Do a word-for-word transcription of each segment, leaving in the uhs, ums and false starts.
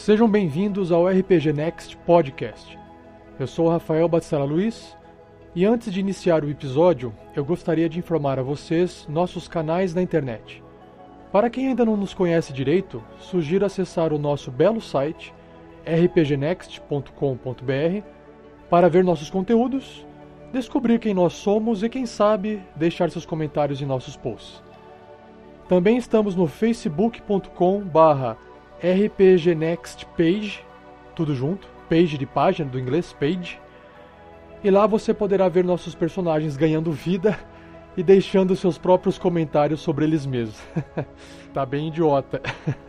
Sejam bem-vindos ao R P G Next Podcast. Eu sou o Rafael Batistella Luiz e antes de iniciar o episódio, eu gostaria de informar a vocês nossos canais na internet. Para quem ainda não nos conhece direito, sugiro acessar o nosso belo site r p g next ponto com ponto b r para ver nossos conteúdos, descobrir quem nós somos e, quem sabe, deixar seus comentários em nossos posts. Também estamos no facebook ponto com barra r p g next page, tudo junto, page de página, do inglês page, e lá você poderá ver nossos personagens ganhando vida e deixando seus próprios comentários sobre eles mesmos. Tá bem idiota.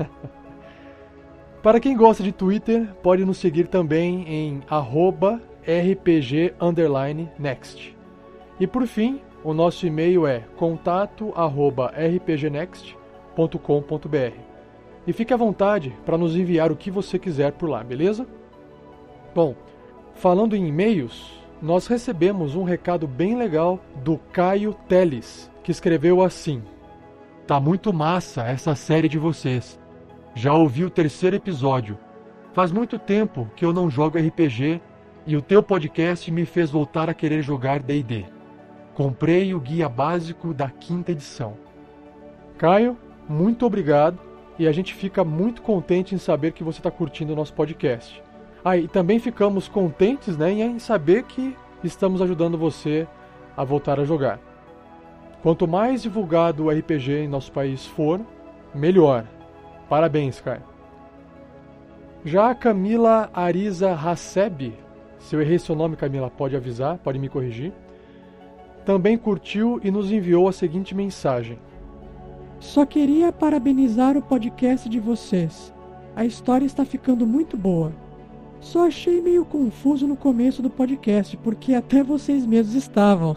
Para quem gosta de Twitter, pode nos seguir também em arroba rpg underline next. E por fim, o nosso e-mail é contato arroba r p g next ponto com ponto b r. E fique à vontade para nos enviar o que você quiser por lá, beleza? Bom, falando em e-mails, nós recebemos um recado bem legal do Caio Teles, que escreveu assim: "Tá muito massa essa série de vocês. Já ouvi o terceiro episódio. Faz muito tempo que eu não jogo R P G e o teu podcast me fez voltar a querer jogar D e D. Comprei o guia básico da quinta edição." Caio, muito obrigado, e a gente fica muito contente em saber que você está curtindo o nosso podcast. Ah, e também ficamos contentes, né, em saber que estamos ajudando você a voltar a jogar. Quanto mais divulgado o R P G em nosso país for, melhor. Parabéns, Caio. Já a Camila Ariza Haseb, se eu errei seu nome, Camila, pode avisar, pode me corrigir, também curtiu e nos enviou a seguinte mensagem: "Só queria parabenizar o podcast de vocês. A história está ficando muito boa. Só achei meio confuso no começo do podcast, porque até vocês mesmos estavam."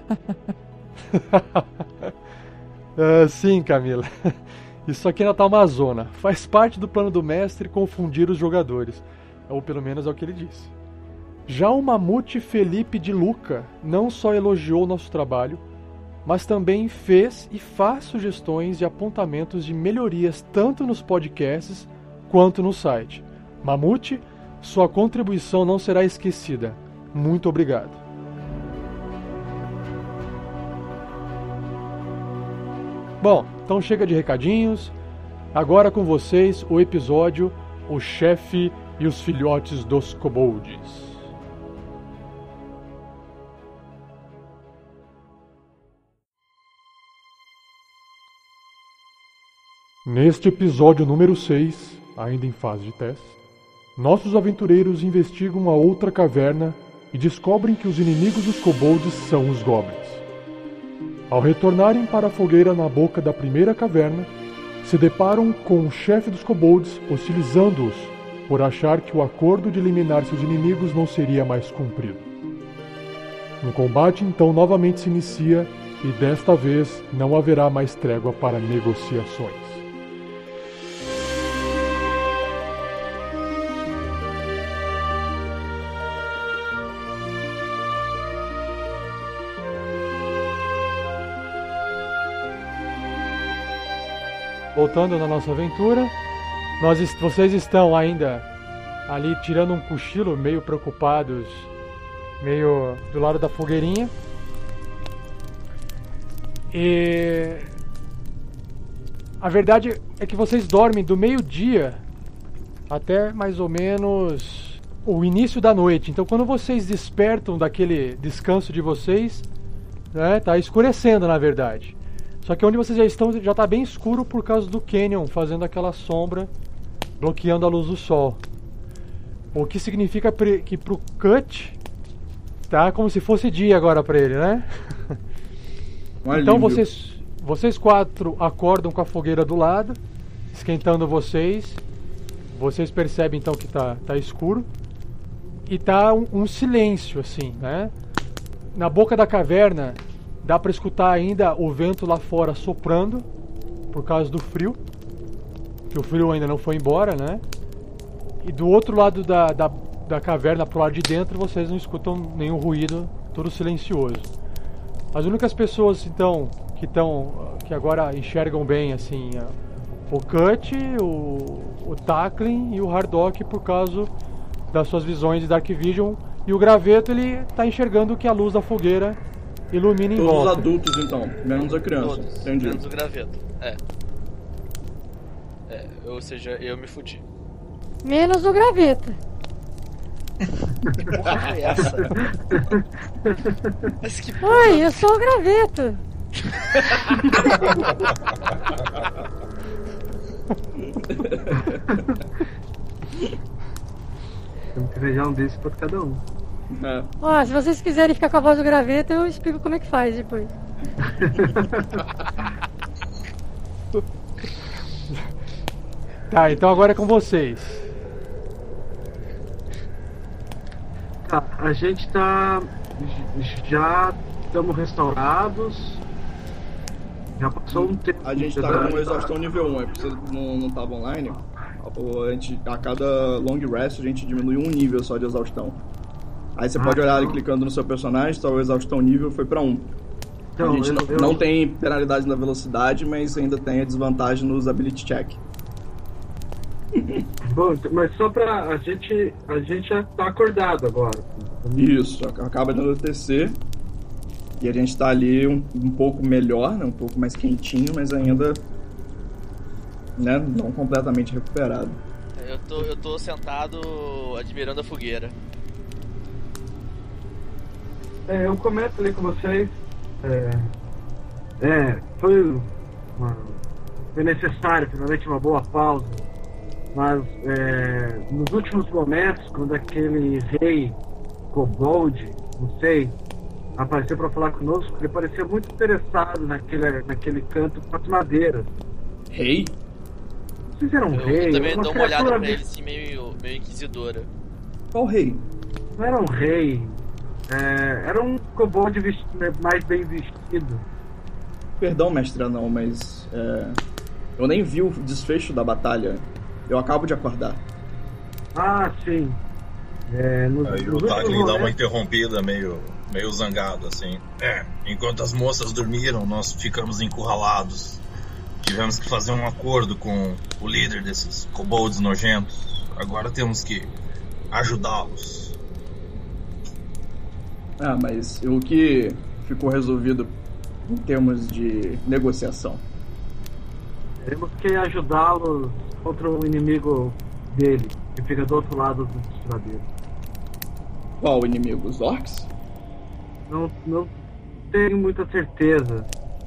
uh, sim, Camila. Isso aqui ainda tá uma zona. Faz parte do plano do mestre confundir os jogadores. Ou pelo menos é o que ele disse. Já o Mamute Felipe de Luca não só elogiou o nosso trabalho, mas também fez e faz sugestões e apontamentos de melhorias tanto nos podcasts quanto no site. Mamute, sua contribuição não será esquecida. Muito obrigado. Bom, então chega de recadinhos. Agora com vocês o episódio O Chefe e os Filhotes dos Kobolds. Neste episódio número seis, ainda em fase de teste, nossos aventureiros investigam a outra caverna e descobrem que os inimigos dos kobolds são os goblins. Ao retornarem para a fogueira na boca da primeira caverna, se deparam com o chefe dos kobolds hostilizando-os por achar que o acordo de eliminar seus inimigos não seria mais cumprido. Um combate então novamente se inicia e desta vez não haverá mais trégua para negociações. Voltando na nossa aventura, nós, vocês estão ainda ali tirando um cochilo, meio preocupados, meio do lado da fogueirinha. E a verdade é que vocês dormem do meio-dia até mais ou menos o início da noite. Então quando vocês despertam daquele descanso de vocês, né, tá escurecendo na verdade. Só que onde vocês já estão já está bem escuro por causa do Canyon fazendo aquela sombra, bloqueando a luz do sol. O que significa que pro Cut tá como se fosse dia agora para ele, né? Um então vocês, vocês quatro acordam com a fogueira do lado, esquentando vocês. Vocês percebem então que tá, tá escuro e tá um, um silêncio assim, né? Na boca da caverna dá para escutar ainda o vento lá fora soprando por causa do frio, que o frio ainda não foi embora, né? E do outro lado da, da, da caverna, pro lado de dentro, vocês não escutam nenhum ruído, tudo silencioso. As únicas pessoas então que estão, que agora enxergam bem assim O Cut, o, o Tacklin e o Hardock por causa das suas visões de Dark Vision. E o Graveto, ele tá enxergando que a luz da fogueira ilumina em Todos volta. Todos os adultos, então, menos a criança. Todos, Entendi. menos o Graveto. É. É, ou seja, eu me fudi. Menos o Graveto. Que porra foi essa? Mas que porra... Oi, eu sou o Graveto. Temos que arranjar um desses pra cada um. É. Ó, se vocês quiserem ficar com a voz do Graveto, eu explico como é que faz depois. Tá, então agora é com vocês. Tá, a gente tá. Já estamos restaurados. Já passou um tempo. A gente tá com exaustão nível um, é porque você não, não tava online. A, gente, a cada long rest a gente diminui um nível só de exaustão. Aí você Ah, pode olhar ali então. clicando no seu personagem, tá, o exaustão nível foi pra um. Então, a gente eu- não, eu- não tem penalidade na velocidade, mas ainda tem a desvantagem nos ability check. Bom, mas só pra. A gente. A gente já tá acordado agora. Isso, acaba de anoitecer. E a gente tá ali um, um pouco melhor, né, um pouco mais quentinho, mas ainda, né, não completamente recuperado. Eu tô, eu tô sentado admirando a fogueira. É, eu começo ali com vocês. É, é foi uma, foi necessário, finalmente, uma boa pausa. Mas é, nos últimos momentos, quando aquele rei Kobold, não sei, apareceu para falar conosco, ele parecia muito interessado naquele, naquele canto com as madeiras. Rei? Vocês eram um Eu rei? também uma dou uma olhada criatura pra vi- ele assim, meio, meio inquisidora. Qual rei? Não era um rei. É, era um kobold vesti- mais bem vestido. Perdão, mestre anão, mas é, eu nem vi o desfecho da batalha. Eu acabo de acordar. Ah, sim. É, nos, Aí nos o Tacklin últimos dá uma momentos- interrompida, meio, meio zangado, assim. É, enquanto as moças dormiram, nós ficamos encurralados. Tivemos que fazer um acordo com o líder desses kobolds nojentos. Agora temos que ajudá-los. Ah, mas o que ficou resolvido em termos de negociação? Temos que ajudá-lo contra o inimigo dele, que fica do outro lado do desfiladeiro. Qual o inimigo? Os orcs? Não, não tenho muita certeza.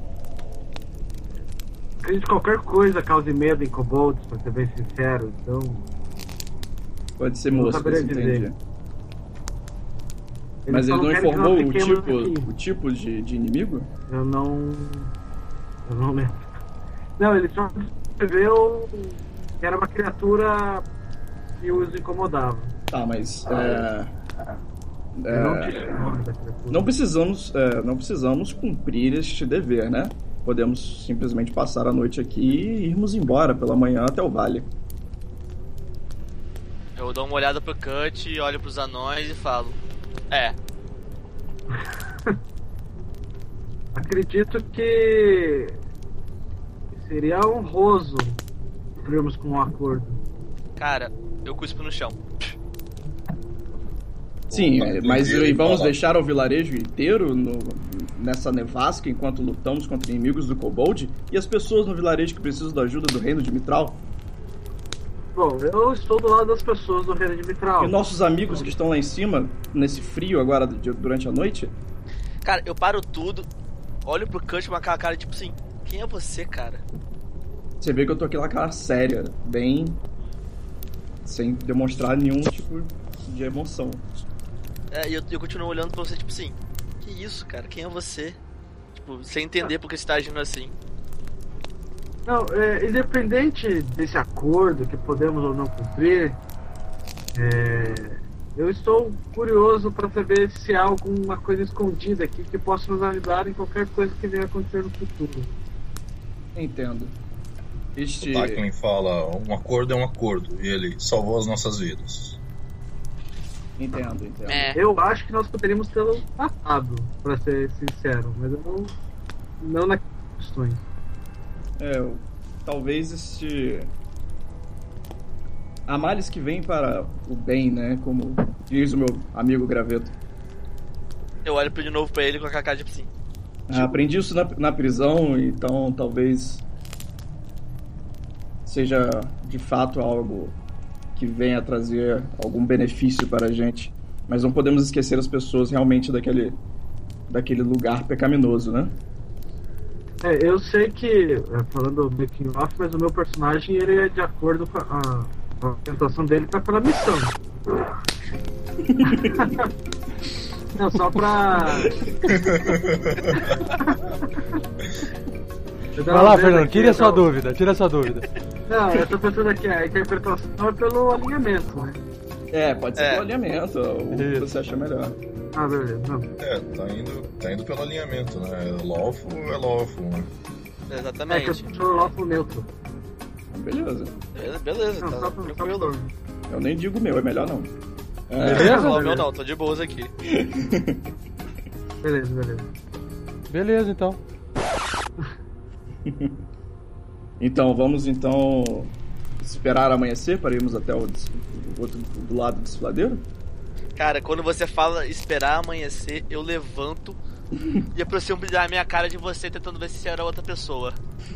Acredito que qualquer coisa cause medo em kobolds, pra ser bem sincero, então... Pode ser Não moscas, saberia dizer. entendi. Mas só ele não querem que informou nós o fiquemos tipo, aqui. o tipo de, de inimigo? Eu não... Eu não lembro. Não, ele só descreveu que era uma criatura que os incomodava. Tá, mas é, Eu não é, disse o nome da criatura. não precisamos, é, não precisamos cumprir este dever, né? Podemos simplesmente passar a noite aqui e irmos embora pela manhã até o vale. Eu dou uma olhada pro Cut, olho pros anões e falo: É, Acredito que seria honroso cumprirmos com um acordo. cara, eu cuspo no chão. Sim, Tá, é, mas entendi, e vamos fala. deixar o vilarejo inteiro no, nessa nevasca enquanto lutamos contra inimigos do Kobold? E as pessoas no vilarejo que precisam da ajuda do reino de Mitral? Bom, eu estou do lado das pessoas do reino de Mitral. E nossos amigos que estão lá em cima, nesse frio agora de- durante a noite? Cara, eu paro tudo, olho pro Cut com aquela cara tipo assim: Quem é você, cara? Você vê que eu tô aqui lá cara séria, bem... sem demonstrar nenhum tipo de emoção. É, e eu, eu continuo olhando pra você tipo assim: Que isso, cara? Quem é você? Tipo, sem entender porque você tá agindo assim. Não, é, independente desse acordo que podemos ou não cumprir, é, eu estou curioso para saber se há alguma coisa escondida aqui que possa nos ajudar em qualquer coisa que venha acontecer no futuro. Entendo. Este... O Tacklin fala, um acordo é um acordo, e ele salvou as nossas vidas. Entendo, entendo. É. Eu acho que nós poderíamos tê-lo matado, para ser sincero, mas eu não, não nas questões. É, eu talvez este... há males que vêm para o bem, né? Como diz o meu amigo Graveto. Eu olho de novo pra ele com a cara de assim. Ah, aprendi isso na, na prisão, então talvez seja de fato algo que venha trazer algum benefício para a gente. Mas não podemos esquecer as pessoas realmente daquele, daquele lugar pecaminoso, né? É, eu sei que, falando do making off, mas o meu personagem ele é de acordo com a, a orientação dele tá pela missão. Não, só pra... Vai lá, Fernando, tira a sua dúvida, tira a sua dúvida. Não, eu tô pensando aqui, a interpretação é pelo alinhamento, né? É, pode ser É. pelo alinhamento, o que você acha melhor. Ah, beleza, não. É, tá indo, tá indo pelo alinhamento, né? É lawful, é lawful, né? É que eu Exatamente. sou lawful neutro. Beleza. Beleza, Beleza, Não, tá só pra, só tranquilo. pra... Eu nem digo o meu, é melhor não. É, Beleza? Não, o meu não, tô de boas aqui. Beleza, beleza. Beleza, então. então, vamos então esperar amanhecer para irmos até o, des- o outro do lado do desfiladeiro? Cara, quando você fala esperar amanhecer, eu levanto e aproximo da minha cara de você, tentando ver se era outra pessoa.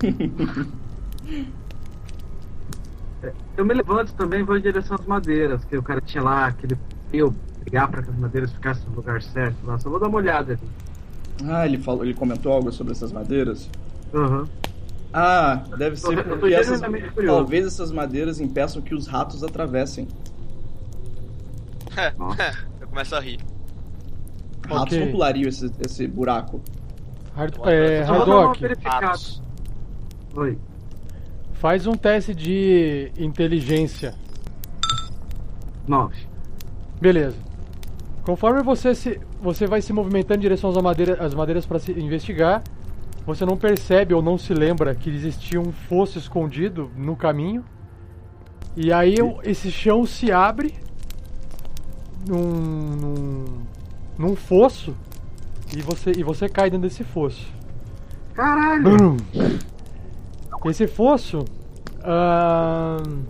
Eu me levanto também e vou em direção às madeiras, que o cara tinha lá, que ele eu pegar pra que as madeiras ficassem no lugar certo lá. Só vou dar uma olhada ali. Ah, ele, falou, ele comentou algo sobre essas madeiras? Aham. Ah, deve ser Eu tô porque essas, genuinamente curioso. talvez essas madeiras impeçam que os ratos atravessem. Eu começo a rir. Ratos Ok. não pulariam esse, esse buraco. Hard, é, Só vou dar uma Hardock, verificada. Ratos. Oi. faz um teste de inteligência. Nove. Beleza. Conforme você se você vai se movimentando em direção às, madeira, às madeiras para se investigar, você não percebe ou não se lembra que existia um fosso escondido no caminho. E aí o- esse chão se abre num, num, num fosso e você, e você cai dentro desse fosso. Caralho! Brum. Esse fosso. ahn,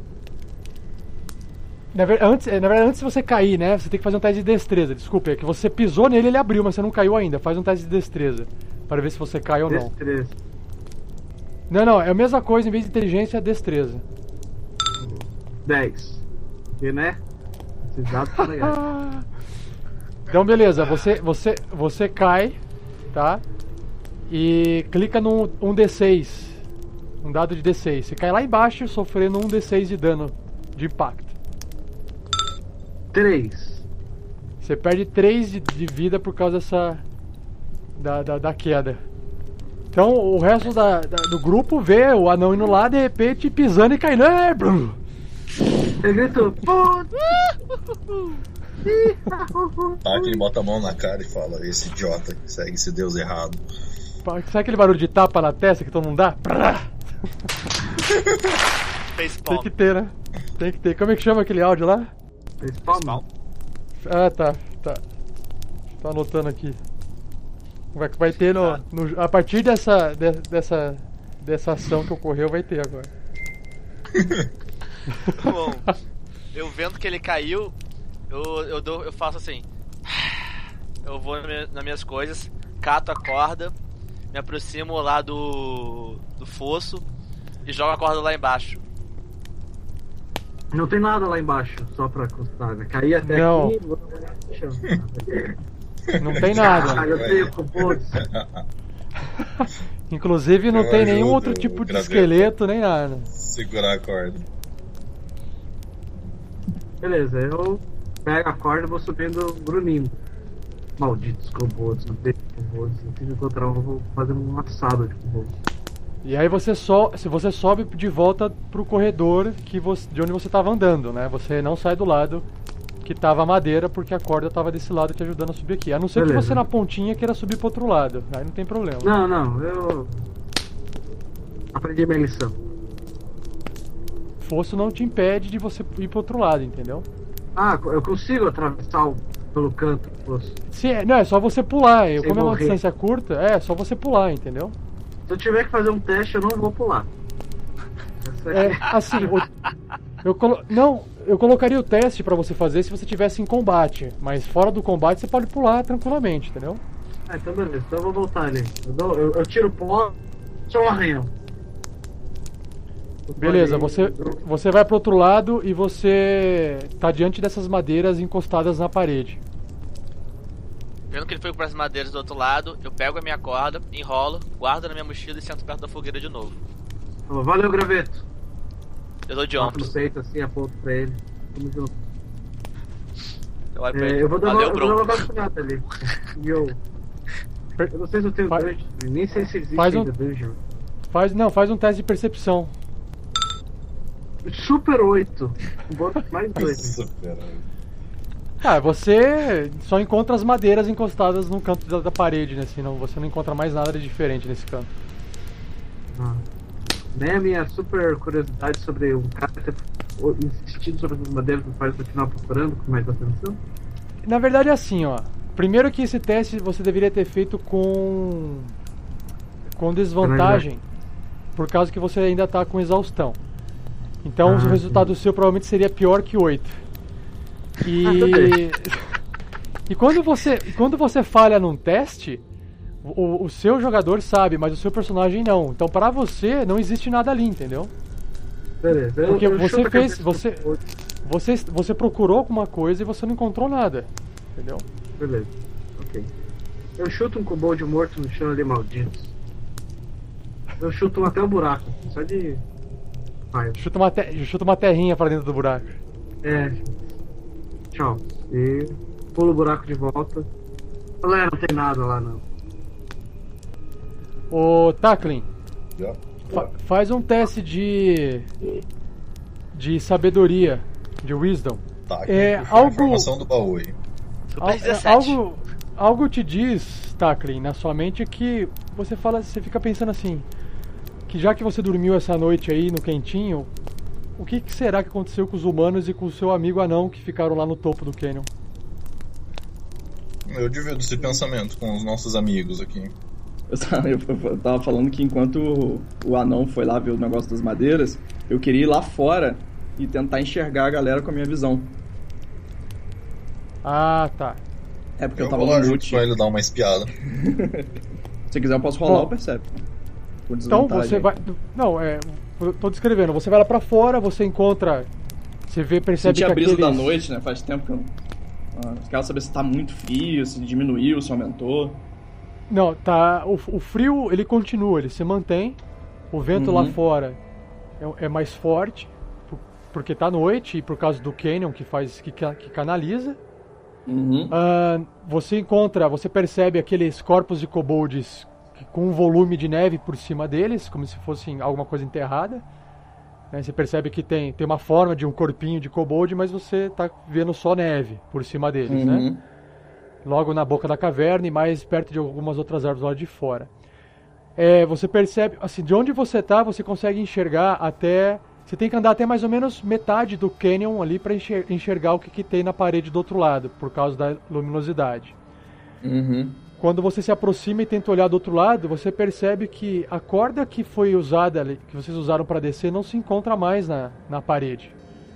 na, ver- antes, é, na verdade, antes de você cair, né? Você tem que fazer um teste de destreza. Desculpa, é que você pisou nele ele abriu, mas você não caiu ainda. Faz um teste de destreza. Para ver se você cai ou não. Destreza. Não, não, é a mesma coisa, em vez de inteligência, é destreza. Dez. Porque, né? Esses dados são legais. Então, beleza, você, você, você cai, tá? E clica no um D seis. Um dado de D seis. Você cai lá embaixo, sofrendo um D seis de dano de impacto. Três. Você perde três de, de vida por causa dessa. Da, da, da queda. Então o resto da, da- do grupo vê o anão indo lá, de repente pisando e caindo. É, Bruno! Eu grito. Tá, que ele bota a mão na cara e fala: esse idiota que segue esse deus errado. Sabe aquele barulho de tapa na testa que todo mundo dá? Prá! Facepalm. Tem que ter, né? Tem que ter. Como é que chama aquele áudio lá? Spawn. Ah, tá, tá. Tô anotando aqui. Vai, vai ter no, no- a partir dessa, de- dessa, dessa ação que ocorreu, vai ter agora. Tá bom. Eu vendo que ele caiu, eu, eu, dou, eu faço assim. Eu vou na minha- nas minhas coisas, cato a corda, me aproximo lá do, do fosso e jogo a corda lá embaixo. Não tem nada lá embaixo, só pra constar, né? Caí até Não. aqui e vou olhar no chão. Não tem Ah, nada. eu tenho composto. Inclusive não Eu tem nenhum ajudo outro o tipo de graveto. esqueleto, nem nada. Segurar a corda. Beleza, eu pego a corda e vou subindo grunindo. Malditos kobolds, não tem kobolds. Eu tenho que encontrar um, vou fazer um assado de kobolds. E aí você só, se você sobe de volta pro corredor que você, de onde você estava andando, né? Você não sai do lado que tava a madeira, porque a corda tava desse lado te ajudando a subir aqui. A não ser que Beleza. você na pontinha queira subir pro outro lado. Aí não tem problema. Não, não, eu aprendi minha lição. Fosso não te impede de você ir pro outro lado, entendeu? Ah, eu consigo atravessar o, pelo canto do poço. Sim, é, não, é só você pular. Eu, Sem como é uma morrer. distância curta, é só você pular, entendeu? Se eu tiver que fazer um teste, eu não vou pular. É, assim, o, eu colo, não, eu colocaria o teste pra você fazer se você estivesse em combate, mas fora do combate você pode pular tranquilamente, entendeu? Ah, então beleza, então eu vou voltar ali. Eu, dou, eu, eu tiro o pó, só um arranhão. Beleza, você, você vai pro outro lado e você tá diante dessas madeiras encostadas na parede. Vendo que ele foi para as madeiras do outro lado, eu pego a minha corda, enrolo, guardo na minha mochila e sento perto da fogueira de novo. Valeu, graveto. Eu dou de Bato no ombros. peito assim, aponto pra ele. Tamo junto. Eu olho pra É, ele. eu vou dar Valeu, uma, eu vou dar uma bro. vacunada ali. E eu. Eu não sei se eu tenho Faz- dungeon, nem sei se existe faz um- ainda dungeon. Faz, não, faz um teste de percepção. Super oito. Um bônus mais dois. Nossa, caralho. Ah, você só encontra as madeiras encostadas no canto da, da parede, né? Assim, não, você não encontra mais nada de diferente nesse canto. Ah. Nem a minha super curiosidade sobre um cara ter insistido sobre as madeiras me faz continuar procurando com mais atenção. Na verdade é assim, ó. Primeiro que esse teste você deveria ter feito com com desvantagem, por causa que você ainda tá com exaustão. Então Ah, o resultado seu provavelmente seria pior que oito. E e quando você quando você falha num teste, o, o seu jogador sabe, mas o seu personagem não. Então pra você não existe nada ali, entendeu? Beleza. eu- Porque eu você chuto a fez- cabeça você- do outro. Você você procurou alguma coisa e você não encontrou nada, entendeu? Beleza. Ok. Eu chuto um kobold morto no chão ali, maldito. Eu chuto um até o buraco, só de raiva. Chuta uma, te- chuta uma terrinha pra dentro do buraco. É. Tchau. E pulo o buraco de volta. Olha, não tem nada lá não. Ô, Tacklin, Já. fa- faz um teste de de sabedoria, de wisdom. Tá, aqui É, puxou a algo- informação do baú aí. Super Al- é, dezessete. algo algo te diz, Tacklin, na sua mente que você fala, você fica pensando assim, que já que você dormiu essa noite aí no quentinho, o que, que será que aconteceu com os humanos e com o seu amigo anão que ficaram lá no topo do canyon? Eu divido esse pensamento com os nossos amigos aqui. Eu tava, eu, eu tava falando que enquanto o, o anão foi lá ver o negócio das madeiras, eu queria ir lá fora e tentar enxergar a galera com a minha visão. Ah, tá. É porque eu, Eu tava vou lá no junto mute. pra ele dar uma espiada. Se quiser eu posso rolar Bom. o Percep. Com Então desvantagem. você vai. Não, é. Eu tô descrevendo. Você vai lá pra fora, você encontra. Você vê, percebe Senti que a brisa aqueles... da noite, né? Faz tempo que eu não... Ah, quero saber se tá muito frio, se diminuiu, se aumentou. Não, tá. O, o frio ele continua, ele se mantém. O vento Uhum. lá fora é, é mais forte, por- porque tá noite e por causa do canyon que faz que, ca- que canaliza. Uhum. Ah, você encontra, você percebe aqueles corpos de kobolds que- com um volume de neve por cima deles, como se fossem alguma coisa enterrada. Né? Você percebe que tem, tem uma forma de um corpinho de kobold, mas você tá vendo só neve por cima deles, né? Uhum. Logo na boca da caverna e mais perto de algumas outras árvores lá de fora. É, você percebe, assim, de onde você tá, você consegue enxergar até... Você tem que andar até mais ou menos metade do canyon ali para enxergar o que, que tem na parede do outro lado, por causa da luminosidade. Uhum. Quando você se aproxima e tenta olhar do outro lado, você percebe que a corda que foi usada, ali, que vocês usaram para descer, não se encontra mais na, na parede.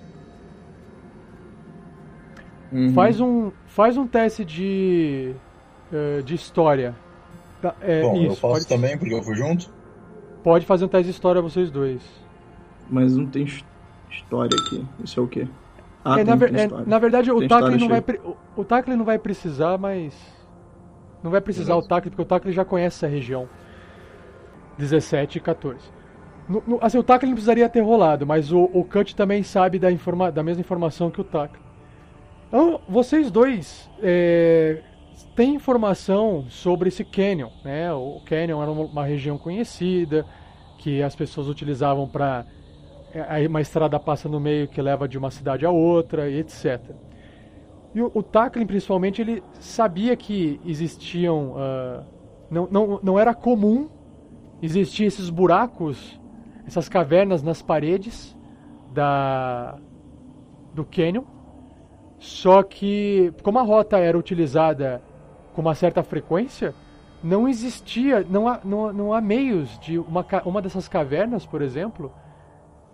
Uhum. Faz um, faz um teste de, eh, de história. Tá, é, Bom, eu isso, faço pode, também porque eu fui junto. pode fazer um teste de história vocês dois. Mas não tem his- história aqui. Isso é o quê? Ah, É, tem, na, ver- tem é, história. na verdade, o Tem Tackley história não vai, cheia. pre- o, o Tackley não vai precisar, mas... Não vai precisar Beleza. o Tackley, porque o Tackley já conhece essa região. dezessete e quatorze. No, no, assim, o Tackley não precisaria ter rolado, mas o, o Cut também sabe da, informa, da mesma informação que o Tackley. Então, vocês dois é, têm informação sobre esse canyon, né? O canyon era uma, uma região conhecida, que as pessoas utilizavam para... Aí uma estrada passa no meio que leva de uma cidade a outra, e etcétera. E o, o Tacklin, principalmente, ele sabia que existiam... ah, não, não, não era comum existir esses buracos, essas cavernas nas paredes da, do canyon. Só que, como a rota era utilizada com uma certa frequência, não existia, não há, não, não há meios de uma, ca- uma dessas cavernas, por exemplo,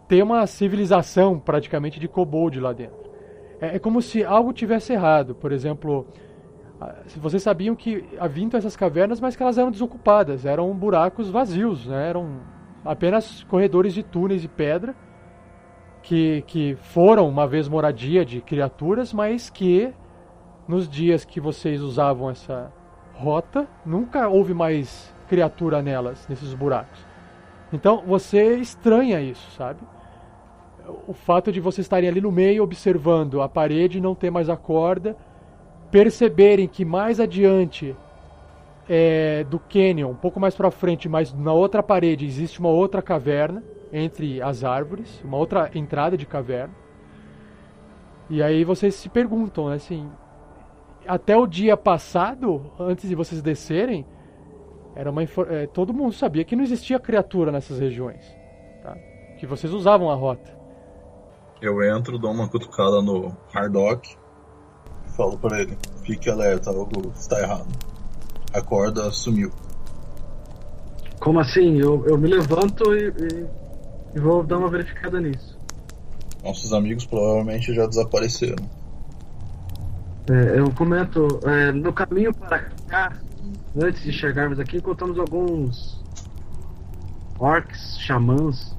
ter uma civilização praticamente de kobold lá dentro. É, é como se algo tivesse errado. Por exemplo, vocês sabiam que haviam essas cavernas, mas que elas eram desocupadas, eram buracos vazios, né? Eram apenas corredores de túneis de pedra que, que foram uma vez moradia de criaturas, mas que nos dias que vocês usavam essa rota, nunca houve mais criatura nelas, nesses buracos. Então você estranha isso, sabe? O fato de vocês estarem ali no meio observando a parede e não ter mais a corda, perceberem que mais adiante é, do canyon, um pouco mais pra frente, mas na outra parede existe uma outra caverna entre as árvores, uma outra entrada de caverna. E aí vocês se perguntam, né, assim, até o dia passado, antes de vocês descerem, era uma é, todo mundo sabia que não existia criatura nessas regiões, tá? Que vocês usavam a rota. Eu entro, dou uma cutucada no Hardock, falo pra ele, fique alerta, algo está errado. A corda sumiu. Como assim? Eu, eu me levanto e, e, e vou dar uma verificada nisso. Nossos amigos provavelmente já desapareceram. É, eu comento, é, no caminho para cá, antes de chegarmos aqui, encontramos alguns orcs, xamãs.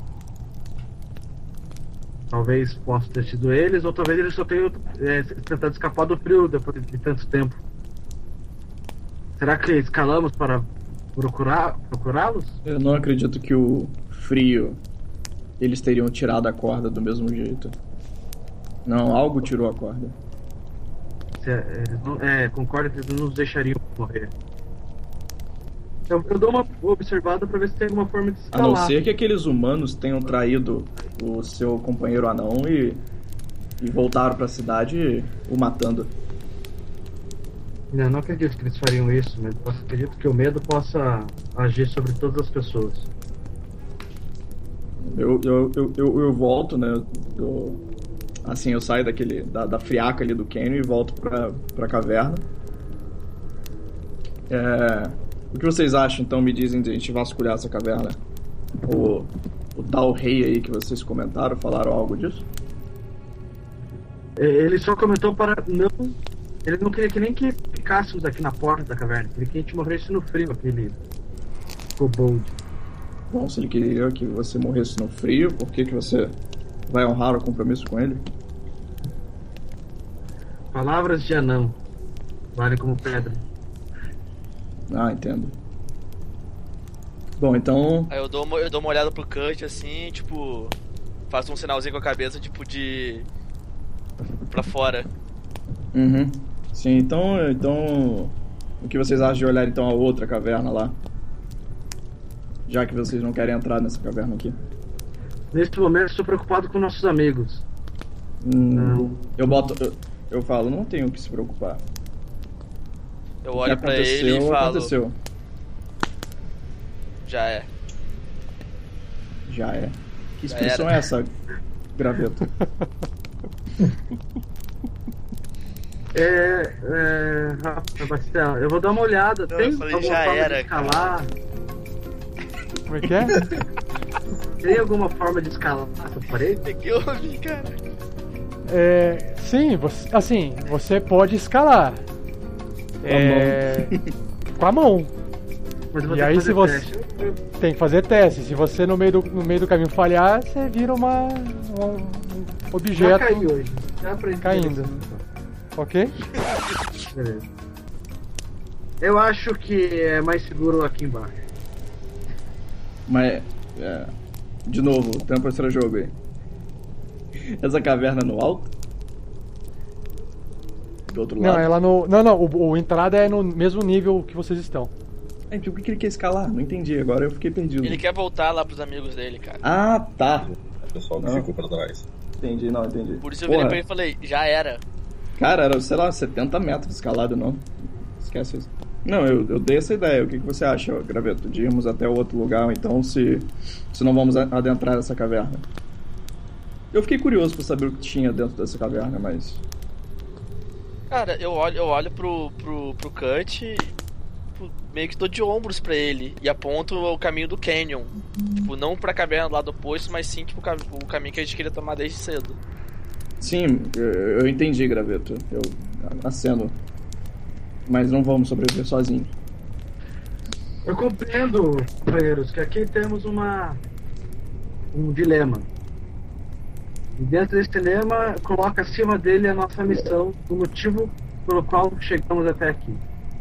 Talvez possa ter sido eles, ou talvez eles só tenham é, tentado escapar do frio depois de tanto tempo. Será que escalamos para procurar, procurá-los? Eu não acredito que o frio eles teriam tirado a corda do mesmo jeito. Não, algo tirou a corda. É, não, é, concordo que eles não nos deixariam morrer. Eu, eu dou uma observada para ver se tem alguma forma de escalar. A não ser que aqueles humanos tenham traído o seu companheiro anão e, e voltaram para a cidade o matando. Não, não acredito que eles fariam isso, mas eu acredito que o medo possa agir sobre todas as pessoas. Eu, eu, eu, eu, eu volto, né? Eu, assim, eu saio daquele, da, da friaca ali do canyon e volto pra, pra caverna. É, o que vocês acham, então, me dizem de a gente vasculhar essa caverna? O, o tal rei aí que vocês comentaram, falaram algo disso? Ele só comentou para não... Ele não queria que nem que ficássemos aqui na porta da caverna. Ele queria que a gente morresse no frio, aquele kobold. Bom, se ele queria que você morresse no frio, por que que você vai honrar o compromisso com ele? Palavras de anão valem como pedra. Ah, entendo. Bom, então... Aí eu dou uma, eu dou uma olhada pro Kurt, assim, tipo... Faço um sinalzinho com a cabeça, tipo, de... pra fora. Uhum. Sim, então... então... O que vocês acham de olhar, então, a outra caverna lá? Já que vocês não querem entrar nessa caverna aqui. Neste momento estou preocupado com nossos amigos. Hum, Não. Eu boto... Eu, eu falo, não tenho o que se preocupar. Eu O que olho pra ele e falo... aconteceu. Já é. Já é. Que Já expressão era. é essa, graveto? É... é... Rapaz, Bastela, eu vou dar uma olhada. Não, Tem eu falei, alguma já forma era, de escalar? Como é que é? Tem alguma forma de escalar essa parede? É que eu ouvi, cara. É, sim, você, assim, você pode escalar. Com É, com a mão. Mas eu vou E ter aí, que se fazer você- teste. Eu- eu- Tem que fazer teste. Se você no meio do, no meio do caminho falhar, você vira uma, um, um Já objeto caí hoje. Já aprendi. caindo. Ok? Beleza. Eu acho que é mais seguro aqui embaixo. Mas, é, de novo, tem um terceiro jogo aí. Essa caverna no alto? Do outro Não, lado? ela no. Não, não, o, o entrada é no mesmo nível que vocês estão. É, tipo, o que que ele quer escalar? Não entendi, agora eu fiquei perdido. Ele quer voltar lá pros amigos dele, cara. Ah, tá. O pessoal que Não. ficou pra trás. Entendi, não, entendi. Por isso eu Porra, virei pra ele e falei, já era. Cara, era, sei lá, setenta metros de escalada, não. Esquece isso. Não, eu, eu dei essa ideia. O que, que você acha, Graveto? De irmos até o outro lugar, ou então se, se não vamos a- adentrar essa caverna? Eu fiquei curioso pra saber o que tinha dentro dessa caverna, mas... Cara, eu olho, eu olho pro, pro, pro Kurt e... tipo, meio que tô de ombros pra ele e aponto o caminho do canyon. Tipo, não pra caverna do lado oposto, mas sim, tipo, o caminho que a gente queria tomar desde cedo. Sim, eu, eu entendi, Graveto. Eu aceno. Mas não vamos sobreviver sozinhos. Eu compreendo, companheiros, que aqui temos uma um dilema. E dentro desse dilema, coloca acima dele a nossa missão, o motivo pelo qual chegamos até aqui.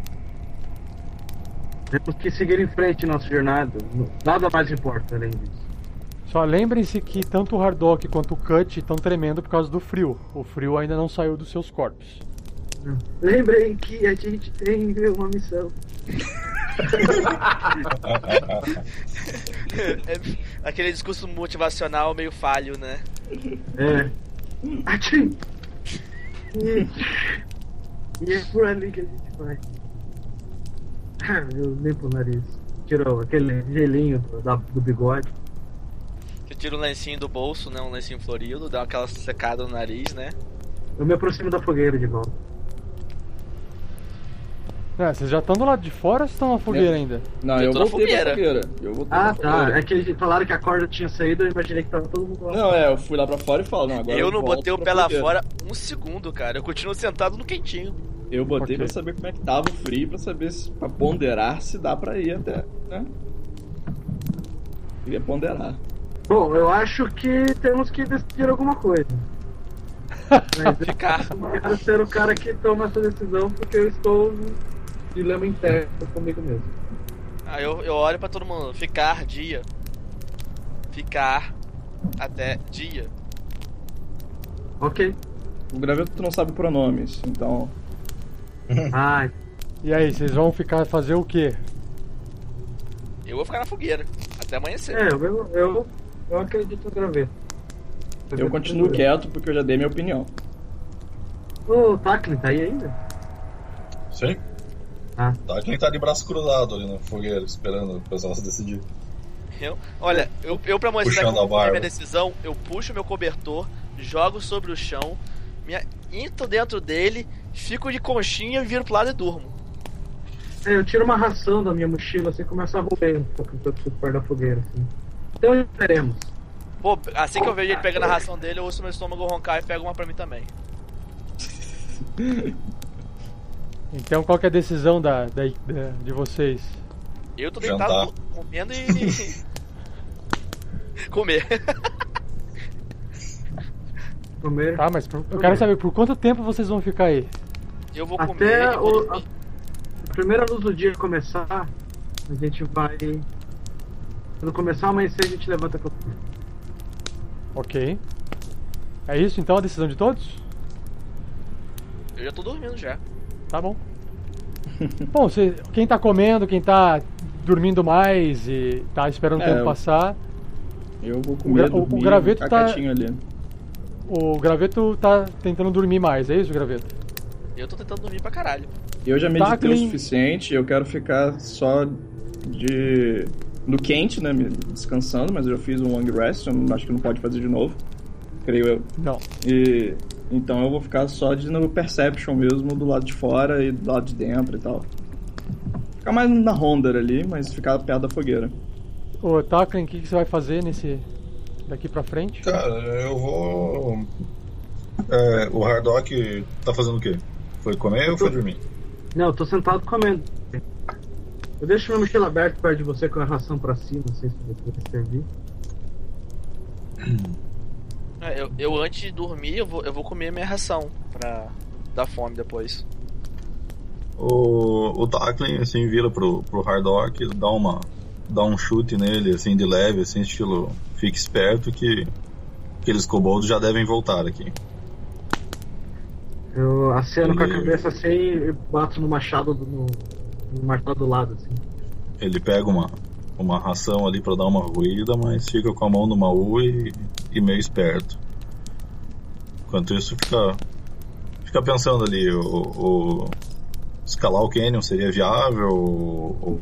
Temos que seguir em frente nossa jornada. Nada mais importa além disso. Só lembrem-se que tanto o Hardock quanto o Cut estão tremendo por causa do frio. O frio ainda não saiu dos seus corpos. Lembrem que a gente tem uma missão. É aquele discurso motivacional meio falho, né? É. Atchim! E... e é por ali que a gente vai. Eu limpo o nariz. Tirou aquele gelinho do, da, do bigode. Você tira um lencinho do bolso, né? Um lencinho florido, dá aquela secada no nariz, né? Eu me aproximo da fogueira de volta. É, vocês já estão do lado de fora ou estão na fogueira ainda? Não, Eu eu tô na voltei pra fogueira. fogueira. Eu voltei Ah, pra tá. fogueira. É que eles falaram que a corda tinha saído, eu imaginei que tava todo mundo lá. Não, é, eu fui lá pra fora e falo, não, agora eu eu não volto botei o pra pé lá fogueira. fora um segundo, cara. Eu continuo sentado no quentinho. Eu botei Ok. pra saber como é que tava o frio, pra saber se, pra ponderar se dá pra ir até, né? Queria ponderar. Bom, eu acho que temos que decidir alguma coisa. Mas eu Ficar. quero ser o cara que toma essa decisão porque eu estou num dilema interno comigo mesmo. Aí eu, eu olho pra todo mundo. Ficar dia. Ficar até dia. Ok. O Graveto não sabe pronomes, então... Ai, E aí, vocês vão ficar fazer o quê? Eu vou ficar na fogueira. Até amanhecer. é, eu, eu, eu acredito no graveto. Eu continuo quieto porque eu já dei minha opinião. Ô, Tacklin, tá aí ainda? Sim. Ah. Tá quem tá de braço cruzado ali na fogueira, esperando o pessoal se decidir. Eu, olha, eu, eu pra mostrar Puxando que eu a barba. minha decisão, eu puxo meu cobertor, jogo sobre o chão, me entro dentro dele, fico de conchinha, viro pro lado e durmo. É, eu tiro uma ração da minha mochila assim e começo a roer um pouco enquanto fico perto da fogueira, assim. Então esperemos. Pô, assim que eu vejo ele pegando a ração dele, eu ouço meu estômago roncar e pego uma pra mim também. Então qual que é a decisão da, da, da- de vocês? Eu tô Jantar. deitado comendo e. Comer. Comer. Tá, mas por- eu quero saber por quanto tempo vocês vão ficar aí? Eu vou comer. Até eu vou o, a, dormir. a primeira luz do dia começar, a gente vai. Quando começar a amanhecer, a gente levanta pra comer. Ok. É isso então a decisão de todos? Eu já tô dormindo já. Tá bom. Bom, cê, quem tá comendo, quem tá dormindo mais e tá esperando o É, tempo eu- passar, Eu vou O comer, gra- o- o dormir, Graveto ficar tá- quietinho ali. o Graveto tá tentando dormir mais, é isso, Graveto? Eu tô tentando dormir pra caralho. Eu já meditei Tacklin- o suficiente, eu quero ficar só de... no quente, né, me- descansando, mas eu já fiz um long rest, eu não- acho que não pode fazer de novo, creio eu. Não. E então eu vou ficar só de no perception mesmo, do lado de fora e do lado de dentro e tal. Ficar mais na Honda ali, mas ficar perto da fogueira. Ô, Tacklin, o que, que você vai fazer nesse daqui pra frente? Cara, eu vou. É, o Hardock tá fazendo o quê? Foi comer ou foi dormir? Não, eu tô sentado comendo. Eu deixo minha mochila aberta perto de você com a ração pra cima, não sei se você vai servir. É, Eu, eu antes de dormir, eu vou, eu vou comer minha ração pra dar fome depois. O, o Tacklin, assim, vira pro, pro Hardock, dá uma. dá um chute nele, assim, de leve, assim, estilo. Fique esperto que aqueles kobolds já devem voltar aqui. Eu aceno com a Ele- cabeça assim e bato no machado do, no, no machado do lado, assim. Ele pega uma, uma ração ali pra dar uma ruída, mas fica com a mão no baú e, e meio esperto. Enquanto isso, fica, fica pensando ali, o, o- escalar o canyon seria viável ou, ou,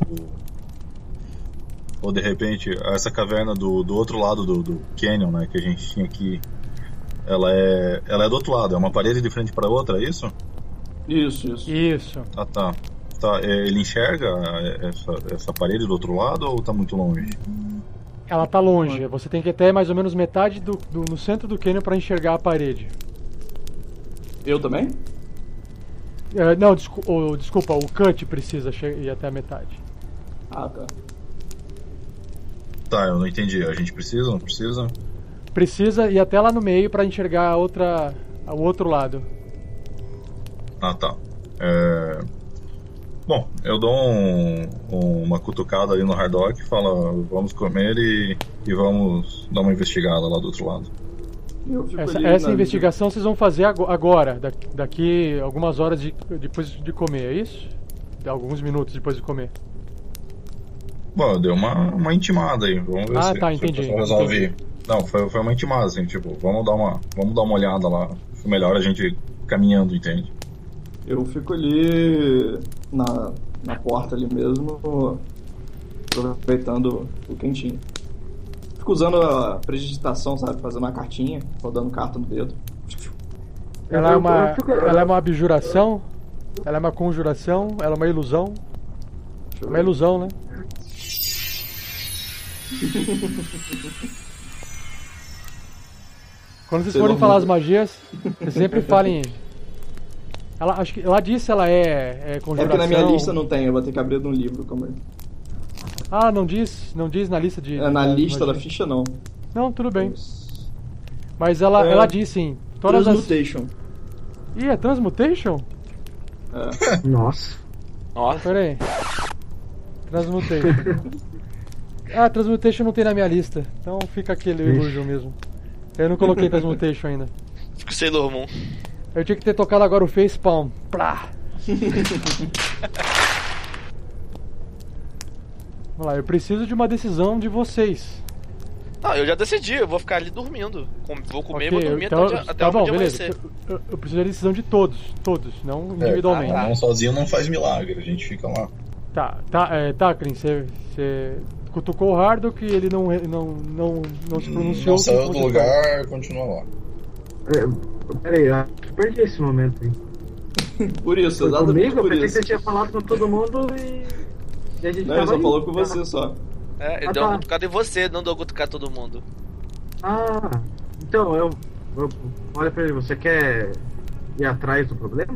ou de repente essa caverna do, do outro lado do, do canyon, né, que a gente tinha aqui, ela é, ela é do outro lado, é uma parede de frente para outra, é isso? Isso, isso. Isso. Ah, tá. Tá, é, ele enxerga essa, essa parede do outro lado ou tá muito longe? Ela tá longe, você tem que ir até mais ou menos metade do, do no centro do cânion pra enxergar a parede. Eu também? É, não, descu o, desculpa, o Cut precisa ir até a metade. Ah, tá. Tá, eu não entendi. A gente precisa, não precisa? Precisa ir até lá no meio pra enxergar a outra, o outro lado. Ah, tá. É... Bom, eu dou um, um, uma cutucada ali no Hardock e falo, vamos comer e, e vamos dar uma investigada lá do outro lado. Essa, essa investigação vocês vão fazer agora, daqui algumas horas de, depois de comer, é isso? Alguns minutos depois de comer. Bom, deu uma, uma intimada aí, vamos ver ah, se, tá, se entendi, eu resolve. entendi. Não, foi, foi uma intimada, assim, tipo, vamos dar uma, vamos dar uma olhada lá. Foi melhor a gente ir caminhando, entende? Eu fico ali na, na porta ali mesmo, aproveitando o quentinho. Fico usando a prestidigitação, sabe? Fazendo uma cartinha, rodando carta no dedo. Ela é uma, ela é uma abjuração? Ela é uma conjuração? Ela é uma ilusão? É uma ilusão, né? Quando vocês forem falar as magias, vocês sempre falem. Ela, acho que ela disse ela é, é conjuração. É porque na minha lista não tem, eu vou ter que abrir no livro como é. Ah, não diz? Não diz na lista de. É, na de lista magia. da ficha não. Não, tudo bem. Mas ela, é, ela disse sim. Todas Transmutation. As... Ih, é Transmutation? É. Nossa. Nossa. Pera aí. Transmutation. Ah, Transmutation não tem na minha lista. Então fica aquele Illusion mesmo. Eu não coloquei Transmutation ainda. Fico Sailor Moon. Eu tinha que ter tocado agora o Facepalm. Plá! Vamos lá, eu preciso de uma decisão de vocês. Não, eu já decidi, eu vou ficar ali dormindo. Vou comer e okay, vou dormir então, até, até tá o bom, dia beleza. amanhecer. Eu, eu preciso da decisão de todos, todos, não individualmente. É, cada um sozinho não faz milagre, a gente fica lá. Tá, tá, é, tá, Crin, você, você cutucou o Hardock e ele não, não, não, não se pronunciou. Não saiu do lugar, continua lá. É, peraí, eu perdi esse momento aí. Por isso, Foi exatamente comigo? Eu por pensei isso. que você tinha falado com todo mundo e... e a gente Não, ele só aí. falou com você só. É, ele Ah, deu uma tá. cutucada em você, não deu uma cutucada em todo mundo. Ah, então eu, eu... Olha pra ele, você quer ir atrás do problema?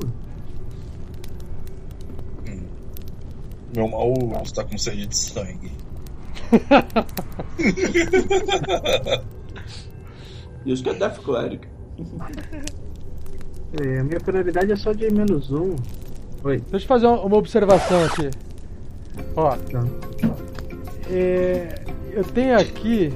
Hum. Meu mal está com sede de sangue. E isso que é Death Cleric. É, a minha penalidade é só de menos um. Oi. Deixa eu fazer uma, uma observação aqui. Ó, Tá. é, eu tenho aqui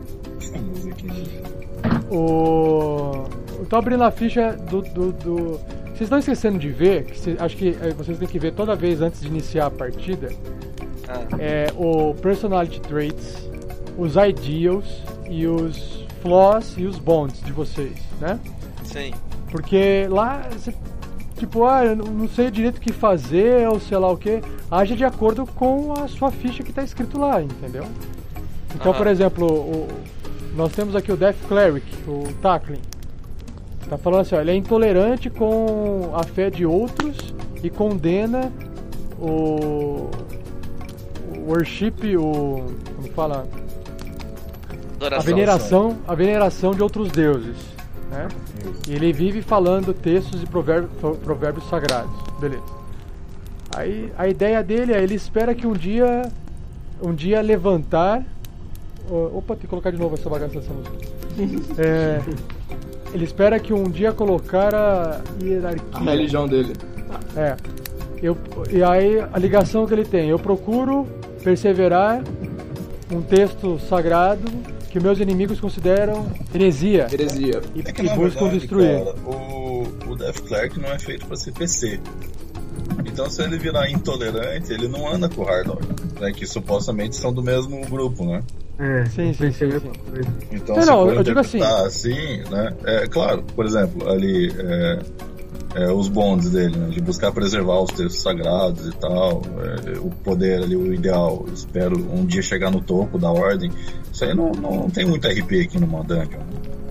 o... Eu tô abrindo a ficha do... do, do... Vocês estão esquecendo de ver, que cê, acho que é, vocês têm que ver toda vez antes de iniciar a partida, Ah. é, o Personality Traits, os Ideals e os Flaws e os Bonds de vocês, né? Sim. Porque lá, cê, tipo, ah, eu não sei direito o que fazer ou sei lá o que, haja de acordo com a sua ficha que tá escrito lá, entendeu? Então, Aham. por exemplo, o, nós temos aqui o Death Cleric, o Tackling. Tá falando assim, ó, ele é intolerante com a fé de outros e condena o, o worship, o... como fala? A Adoração. veneração, a veneração de outros deuses, né? E ele vive falando textos e provérbios, provérbios sagrados, beleza. Aí a ideia dele é, ele espera que um dia, um dia levantar... Opa, tem que colocar de novo essa bagaça dessa música. É, ele espera que um dia colocar a hierarquia... A religião dele. É. Eu, e aí a ligação que ele tem, eu procuro perseverar um texto sagrado que meus inimigos consideram heresia. Heresia. E, É que, e na buscam verdade, destruir. cara, o, o Death Cleric não é feito pra ser P C. Então, se ele virar intolerante, ele não anda com o Hardock, né? Que supostamente são do mesmo grupo, né? É, Sim, sim, sim, sim. Então, Não, se não, for eu digo interpretar assim, né? É claro, por exemplo, ali é, é, os bonds dele, né? De buscar preservar os textos sagrados e tal, é, o poder ali, o ideal. Espero um dia chegar no topo da ordem. Isso aí não, não tem muito R P aqui no Dungeon.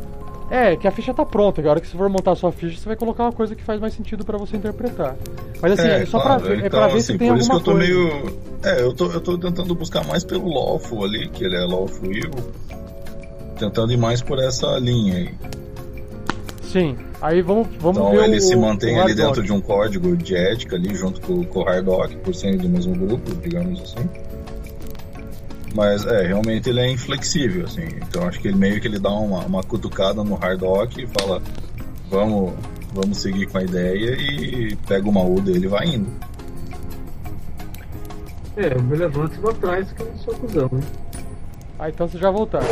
É, que a ficha tá pronta, a hora que você for montar a sua ficha, você vai colocar uma coisa que faz mais sentido pra você interpretar. Mas assim, É, é só claro, pra, então, é pra ver assim, se tem por isso alguma que eu tô coisa. meio. É, eu tô, eu tô tentando buscar mais pelo Lawful ali, que ele é Lawful Evil. Tentando ir mais por essa linha aí. Sim, aí vamos, vamos Então ver ele o, se mantém o ali Hardock. dentro de um código de ética ali, junto com, com o Hardock, por serem do mesmo grupo, digamos assim. Mas é, realmente ele é inflexível, assim. Então acho que ele meio que ele dá uma, uma cutucada no Hardock e fala, vamos, vamos seguir com a ideia, e pega uma U dele e vai indo. É, eu me levanto e vou atrás, que eu não sou cuzão, né? Ah, então você já voltar.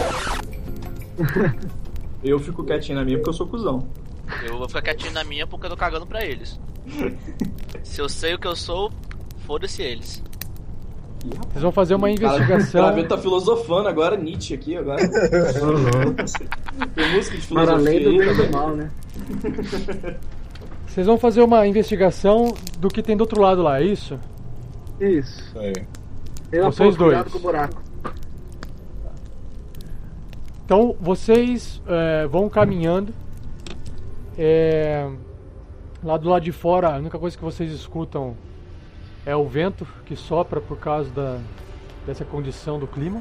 Eu fico quietinho na minha porque eu sou cuzão. Eu vou ficar quietinho na minha porque eu tô cagando pra eles. Se eu sei o que eu sou, foda-se eles. Vocês vão fazer uma investigação. O Graveto tá filosofando agora, Nietzsche aqui agora. Tem música de Para além do filosofia bem aí e do também. mal, né? Vocês vão fazer uma investigação do que tem do outro lado lá, é isso? Isso. Isso aí. Eu Vocês aposto, cuidado dois. com o buraco. Então vocês é, vão caminhando. É, lá do lado de fora, a única coisa que vocês escutam é o vento que sopra por causa da, dessa condição do clima.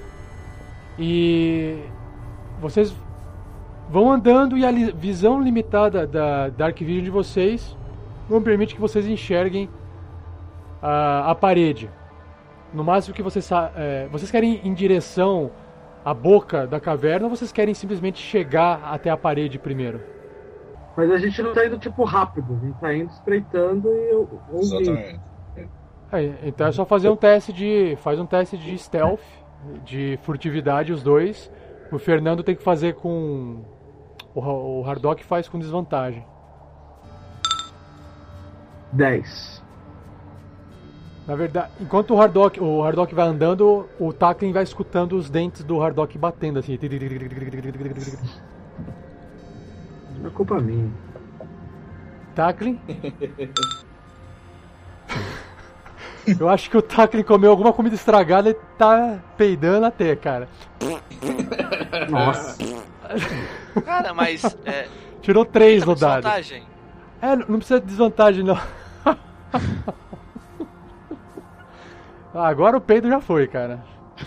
E vocês vão andando e a li- visão limitada da Dark Vision de vocês não permite que vocês enxerguem a, a parede. No máximo que vocês sa- é, vocês querem ir em direção à boca da caverna, ou vocês querem simplesmente chegar até a parede primeiro? Mas a gente não tá indo tipo rápido, a gente tá indo espreitando e eu- ouvindo. Exatamente. É, então é só fazer um teste de. Faz um teste de stealth, de furtividade, os dois. O Fernando tem que fazer com. O, Ha- o Hardock faz com desvantagem. dez. Na verdade, enquanto o Hardock, o Hardock vai andando, o Taklin vai escutando os dentes do Hardock batendo assim. Não é culpa minha. Taklin? Eu acho que o Taklin comeu alguma comida estragada e tá peidando até, cara. Nossa. Cara, mas. É, Tirou três tá com no dado. desvantagem. É, não precisa de desvantagem, não. Ah, agora o peido já foi, cara.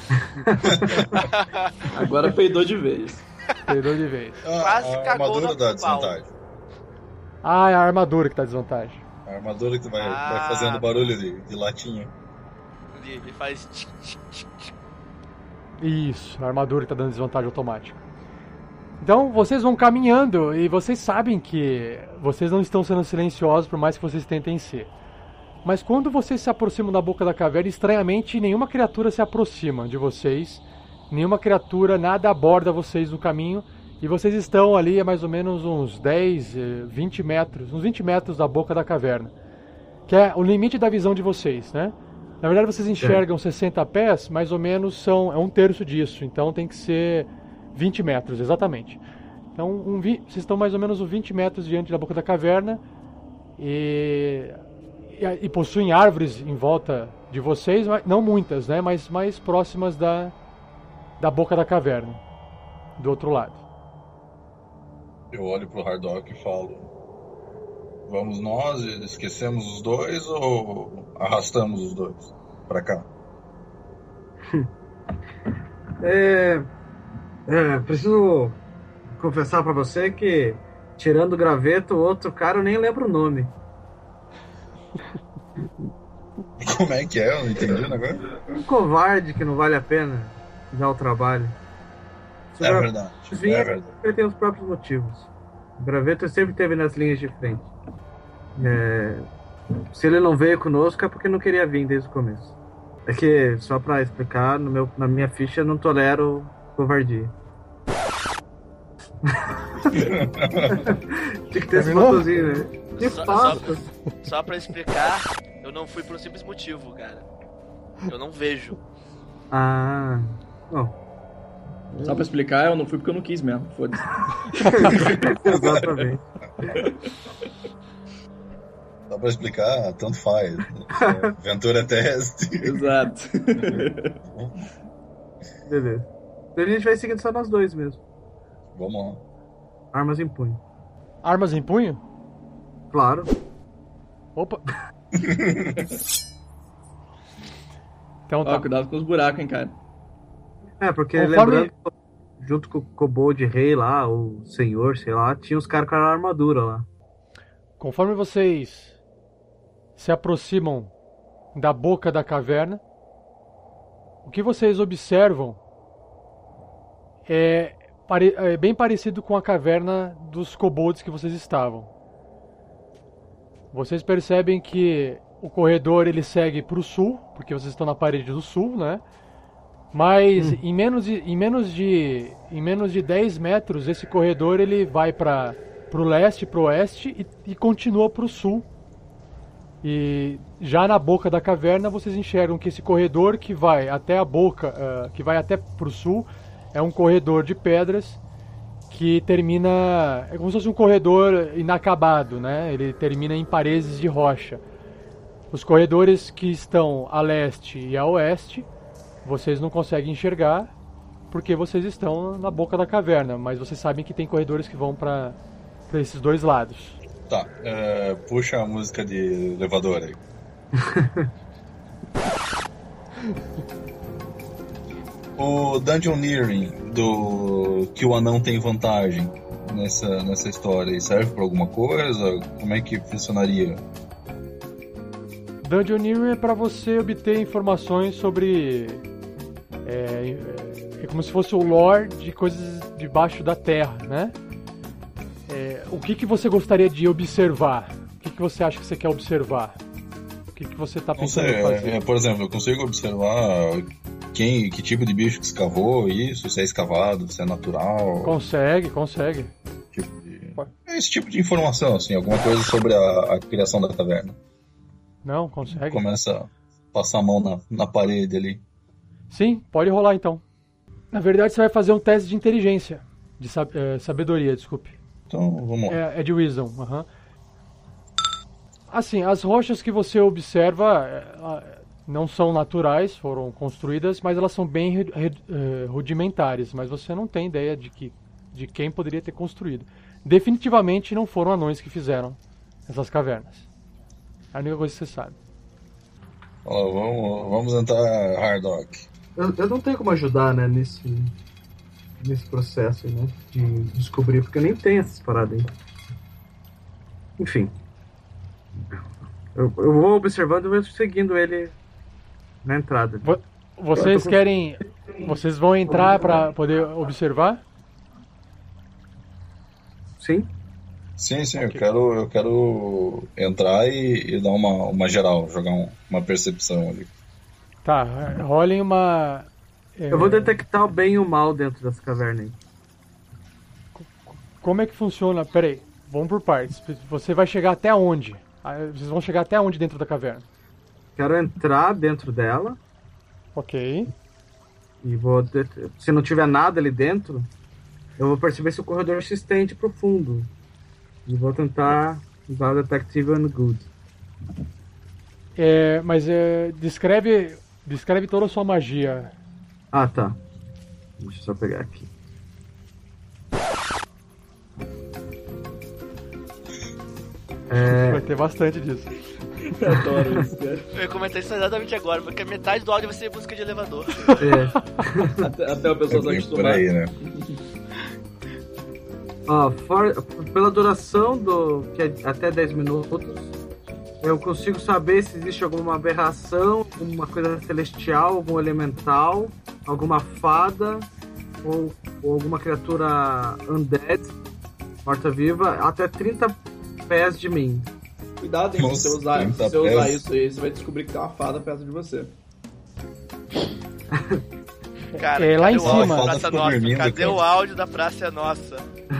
Agora peidou de vez. Peidou de vez. A, Quase a cagou armadura no dá pau. desvantagem. Ah, é a armadura que tá desvantagem. A armadura que vai, Ah. vai fazendo barulho de, de latinha. Ele, ele faz. tchic, tchic, tchic, tchic. Isso, a armadura que tá dando desvantagem automática. Então, vocês vão caminhando e vocês sabem que vocês não estão sendo silenciosos, por mais que vocês tentem ser. Mas quando vocês se aproximam da boca da caverna, estranhamente nenhuma criatura se aproxima de vocês. Nenhuma criatura, nada aborda vocês no caminho. E vocês estão ali a mais ou menos uns dez, vinte metros, uns vinte metros da boca da caverna. Que é o limite da visão de vocês, né? Na verdade vocês enxergam sessenta pés, mais ou menos são, é um terço disso. Então tem que ser vinte metros, exatamente. Então um, vi- vocês estão mais ou menos uns vinte metros diante da boca da caverna. E, e, e possuem árvores em volta de vocês, mas, não muitas, né? Mas mais próximas da, da boca da caverna, do outro lado. Eu olho pro Hardock e falo: vamos nós e esquecemos os dois ou arrastamos os dois pra cá? É, é, preciso confessar pra você que, tirando o graveto, o outro cara eu nem lembro o nome. Como é que é? Eu não entendi o negócio. Um covarde que não vale a pena dar o trabalho. Se É o verdade, vinha, é verdade. ele tem os próprios motivos. O graveto sempre esteve nas linhas de frente. É, se ele não veio conosco é porque não queria vir desde o começo. É que, só pra explicar, no meu, na minha ficha eu não tolero covardia. Tinha que ter esse Terminou? botãozinho, né? Que Só- fácil. Só pra explicar, eu não fui por um simples motivo, cara. Eu não vejo. Ah, bom. Só pra explicar, eu não fui porque eu não quis mesmo. Foda-se. Exatamente. Só pra explicar, tanto faz. É, Aventura é teste. Exato. Beleza. Então a gente vai seguindo só nós dois mesmo. Vamos lá. Armas em punho. Armas em punho? Claro. Opa! Então tá. Ó, cuidado com os buracos, hein, cara. É, porque Conforme... lembrando, junto com o Kobold Rei lá, o Senhor, sei lá, tinha os caras com a armadura lá. Conforme vocês se aproximam da boca da caverna, o que vocês observam é, pare... é bem parecido com a caverna dos kobolds que vocês estavam. Vocês percebem que o corredor ele segue para o sul, porque vocês estão na parede do sul, né? Mas hum. em, menos de, em, menos de, em menos de dez metros, esse corredor ele vai para o leste, para o oeste e, e continua para o sul. E já na boca da caverna, vocês enxergam que esse corredor que vai até a boca, uh, que vai até para o sul, é um corredor de pedras que termina... É como se fosse um corredor inacabado, né? Ele termina em paredes de rocha. Os corredores que estão a leste e a oeste, vocês não conseguem enxergar porque vocês estão na boca da caverna, mas vocês sabem que tem corredores que vão para esses dois lados. Tá, é, puxa a música de elevador aí. O Dungeoneering do que o anão tem vantagem nessa, nessa história serve para alguma coisa? Como é que funcionaria? Dungeoneering é para você obter informações sobre... É, é como se fosse o lore de coisas debaixo da terra, né? É, o que, que você gostaria de observar? O que, que você acha que você quer observar? O que, que você está pensando em fazer? É, por exemplo, eu consigo observar quem, que tipo de bicho que escavou isso, se é escavado, se é natural. Consegue, consegue. Tipo de... Esse tipo de informação, assim, alguma coisa sobre a, a criação da caverna. Não, consegue. Começa a passar a mão na, na parede ali. Sim, pode rolar então. Na verdade, você vai fazer um teste de inteligência. De sab- é, sabedoria, desculpe. Então, vamos lá. É, é de Wisdom, aham. Uhum. Assim, as rochas que você observa é, não são naturais, foram construídas, mas elas são bem ru- ru- rudimentares. Mas você não tem ideia de, que, de quem poderia ter construído. Definitivamente não foram anões que fizeram essas cavernas. É a única coisa que você sabe. Ó, vamos, vamos entrar Hardock. Eu, eu não tenho como ajudar, né, nesse, nesse processo, né, de descobrir, porque eu nem tenho essas paradas aí. Enfim. Eu, eu vou observando e vou seguindo ele na entrada. Vo- vocês com... querem... Vocês vão entrar para poder observar? Sim. Sim, sim, Okay. eu quero, eu quero entrar e, e dar uma, uma geral, jogar um, uma percepção ali. Tá, rolem uma... É... Eu vou detectar o bem e o mal dentro dessa caverna aí. Como é que funciona? Pera aí, vamos por partes. Você vai chegar até onde? Vocês vão chegar até onde dentro da caverna? Quero entrar dentro dela. Ok. E vou... Det... Se não tiver nada ali dentro, eu vou perceber se o corredor se estende pro fundo. E vou tentar usar o Detective and Good. É, mas é, descreve, descreve toda a sua magia. Ah, tá. Deixa eu só pegar aqui. É... Vai ter bastante disso. Eu adoro isso, cara. Eu ia comentar isso exatamente agora, porque metade do áudio vai ser música de elevador. É. até, até a pessoa se É por acostumar. aí, né? Ó, for, pela duração do que é até dez minutos, eu consigo saber se existe alguma aberração, alguma coisa celestial, algum elemental, alguma fada ou, ou alguma criatura undead, morta-viva, até trinta pés de mim. Cuidado, hein, se você usar, se você usar isso aí, você vai descobrir que tem uma fada perto de você. Cara, É, lá cadê em o áudio cima. da Praça Ficou Nossa? dormindo, Cadê cara. o áudio da Praça Nossa?